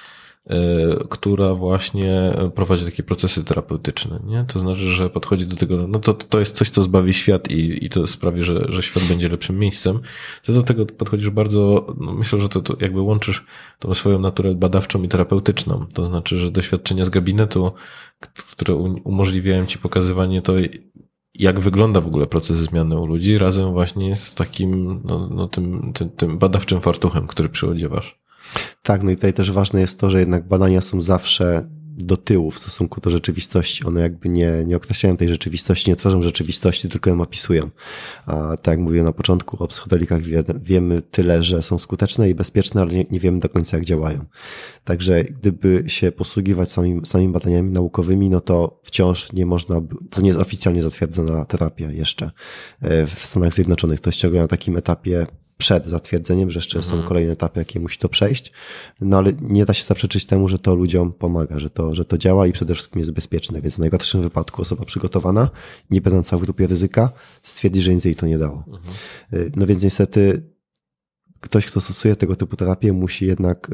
która właśnie prowadzi takie procesy terapeutyczne, nie? To znaczy, że podchodzi do tego, no to, to jest coś, co zbawi świat i, i to sprawi, że, że świat będzie lepszym miejscem. Ty do tego podchodzisz bardzo, no myślę, że to, to jakby łączysz tą swoją naturę badawczą i terapeutyczną. To znaczy, że doświadczenia z gabinetu, które umożliwiają ci pokazywanie to, jak wygląda w ogóle proces zmiany u ludzi, razem właśnie z takim, no, no tym, tym, tym badawczym fartuchem, który przyodziewasz. Tak, no i tutaj też ważne jest to, że jednak badania są zawsze do tyłu w stosunku do rzeczywistości. One jakby nie, nie określają tej rzeczywistości, nie tworzą rzeczywistości, tylko ją opisują. A tak jak mówiłem na początku, o psychodelikach wie, wiemy tyle, że są skuteczne i bezpieczne, ale nie, nie wiemy do końca, jak działają. Także gdyby się posługiwać samym, samymi badaniami naukowymi, no to wciąż nie można, to nie jest oficjalnie zatwierdzona terapia jeszcze w Stanach Zjednoczonych. To jest ciągle na takim etapie przed zatwierdzeniem, że jeszcze mhm. są kolejne etapy, jakie musi to przejść, no ale nie da się zaprzeczyć temu, że to ludziom pomaga, że to, że to działa i przede wszystkim jest bezpieczne, więc w najgorszym wypadku osoba przygotowana, nie będąca w grupie ryzyka, stwierdzi, że nic jej to nie dało. Mhm. No więc niestety ktoś, kto stosuje tego typu terapię, musi jednak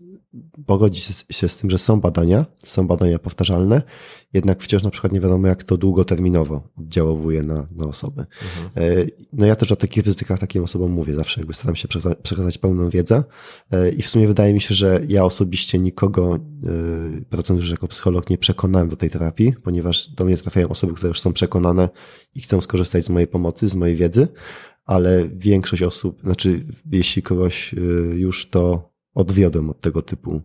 pogodzić się z tym, że są badania, są badania powtarzalne, jednak wciąż na przykład nie wiadomo, jak to długoterminowo oddziałuje na, na osoby. Mhm. No ja też o takich ryzykach takim osobom mówię zawsze, jakby staram się przekazać pełną wiedzę i w sumie wydaje mi się, że ja osobiście nikogo, pracując już jako psycholog, nie przekonałem do tej terapii, ponieważ do mnie trafiają osoby, które już są przekonane i chcą skorzystać z mojej pomocy, z mojej wiedzy, ale większość osób, znaczy jeśli kogoś już to odwiodłem od tego typu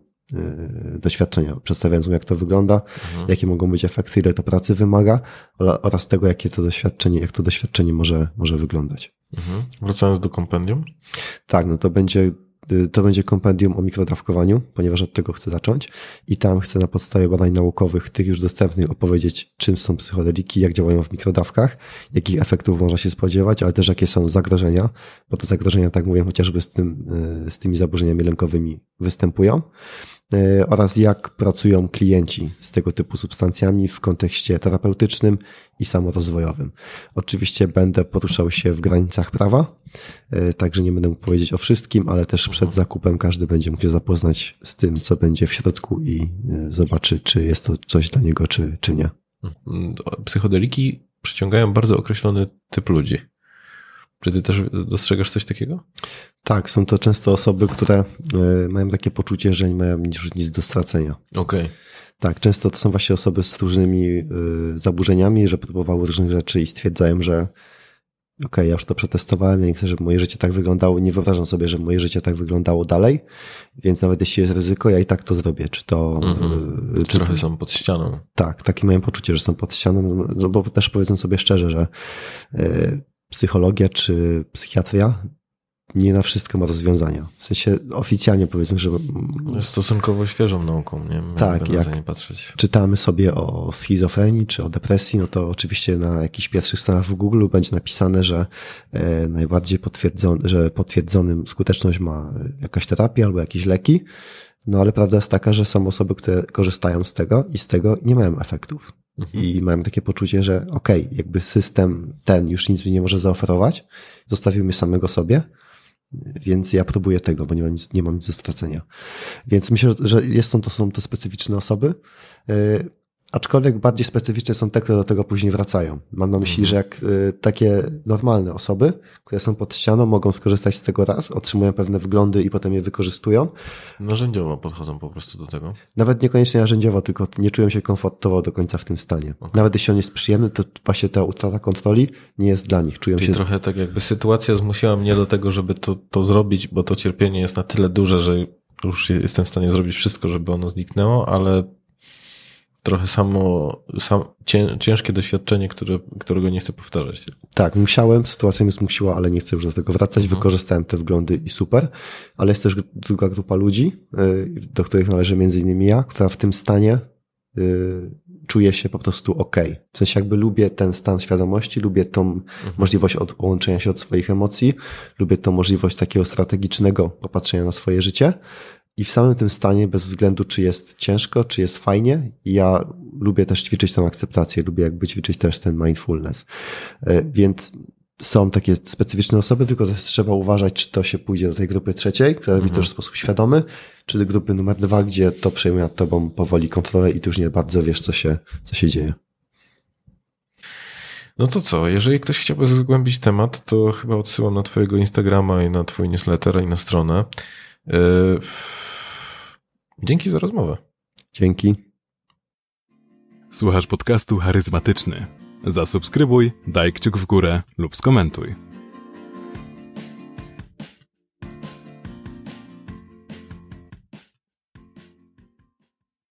y, doświadczenia, przedstawiając mu, jak to wygląda, mhm. jakie mogą być efekty, ile to pracy wymaga oraz tego, jakie to doświadczenie, jak to doświadczenie może, może wyglądać. Mhm. Wracając do kompendium? Tak, no to będzie To będzie kompendium o mikrodawkowaniu, ponieważ od tego chcę zacząć i tam chcę na podstawie badań naukowych, tych już dostępnych, opowiedzieć, czym są psychodeliki, jak działają w mikrodawkach, jakich efektów można się spodziewać, ale też jakie są zagrożenia, bo te zagrożenia, tak mówię, chociażby z, tym, z tymi zaburzeniami lękowymi występują oraz jak pracują klienci z tego typu substancjami w kontekście terapeutycznym i samorozwojowym. Oczywiście będę poruszał się w granicach prawa, także nie będę mógł powiedzieć o wszystkim, ale też przed zakupem każdy będzie mógł się zapoznać z tym, co będzie w środku i zobaczy, czy jest to coś dla niego, czy, czy nie. Psychodeliki przyciągają bardzo określony typ ludzi. Czy ty też dostrzegasz coś takiego? Tak, są to często osoby, które y, mają takie poczucie, że nie mają już nic do stracenia. Okej. Okay. Tak, często to są właśnie osoby z różnymi y, zaburzeniami, że próbowały różnych rzeczy i stwierdzają, że okej, okay, ja już to przetestowałem, ja nie chcę, żeby moje życie tak wyglądało, nie wyobrażam sobie, żeby moje życie tak wyglądało dalej, więc nawet jeśli jest ryzyko, ja i tak to zrobię. Czy to... Mm-hmm. y, czy Trochę to, są pod ścianą. Tak, takie mają poczucie, że są pod ścianą, no bo też powiedzmy sobie szczerze, że y, psychologia czy psychiatria nie na wszystko ma rozwiązania. W sensie oficjalnie powiedzmy, że... Jest stosunkowo świeżą nauką, nie? Tak, jak nie patrzeć. Czytamy sobie o schizofrenii czy o depresji, no to oczywiście na jakichś pierwszych stronach w Google będzie napisane, że e, najbardziej potwierdzony, że potwierdzonym skuteczność ma jakaś terapia albo jakieś leki, no ale prawda jest taka, że są osoby, które korzystają z tego i z tego nie mają efektów. Mhm. I mają takie poczucie, że okej, okay, jakby system ten już nic mi nie może zaoferować, zostawił mnie samego sobie, więc ja próbuję tego, bo nie mam nic, nie mam nic do stracenia. Więc myślę, że jest, są, to, są to specyficzne osoby, yy, aczkolwiek bardziej specyficzne są te, które do tego później wracają. Mam na myśli, mhm. że jak yy, takie normalne osoby, które są pod ścianą, mogą skorzystać z tego raz, otrzymują pewne wglądy i potem je wykorzystują. Narzędziowo podchodzą po prostu do tego. Nawet niekoniecznie narzędziowo, tylko nie czują się komfortowo do końca w tym stanie. Okay. Nawet jeśli on jest przyjemny, to właśnie ta utrata kontroli nie jest dla nich. Czują Czyli się... trochę tak jakby sytuacja zmusiła mnie do tego, żeby to, to zrobić, bo to cierpienie jest na tyle duże, że już jestem w stanie zrobić wszystko, żeby ono zniknęło, ale trochę samo, sam, ciężkie doświadczenie, które, którego nie chcę powtarzać. Tak, musiałem, sytuacja mnie zmusiła, ale nie chcę już do tego wracać. Mhm. Wykorzystałem te wglądy i super, ale jest też druga grupa ludzi, do których należy między innymi ja, która w tym stanie czuje się po prostu okej. Okay. W sensie jakby lubię ten stan świadomości, lubię tą mhm. możliwość odłączenia się od swoich emocji, lubię tą możliwość takiego strategicznego popatrzenia na swoje życie. I w samym tym stanie, bez względu czy jest ciężko, czy jest fajnie, ja lubię też ćwiczyć tę akceptację, lubię jakby ćwiczyć też ten mindfulness. Więc są takie specyficzne osoby, tylko też trzeba uważać, czy to się pójdzie do tej grupy trzeciej, która robi mhm. to już w sposób świadomy, czy do grupy numer dwa, gdzie to przejmuje nad tobą powoli kontrolę i ty już nie bardzo wiesz, co się, co się dzieje. No to co, jeżeli ktoś chciałby zgłębić temat, to chyba odsyłam na twojego Instagrama i na twój newsletter i na stronę. Yy, dzięki za rozmowę. Dzięki. Słuchasz podcastu Charyzmatyczny. Zasubskrybuj, daj kciuk w górę lub skomentuj.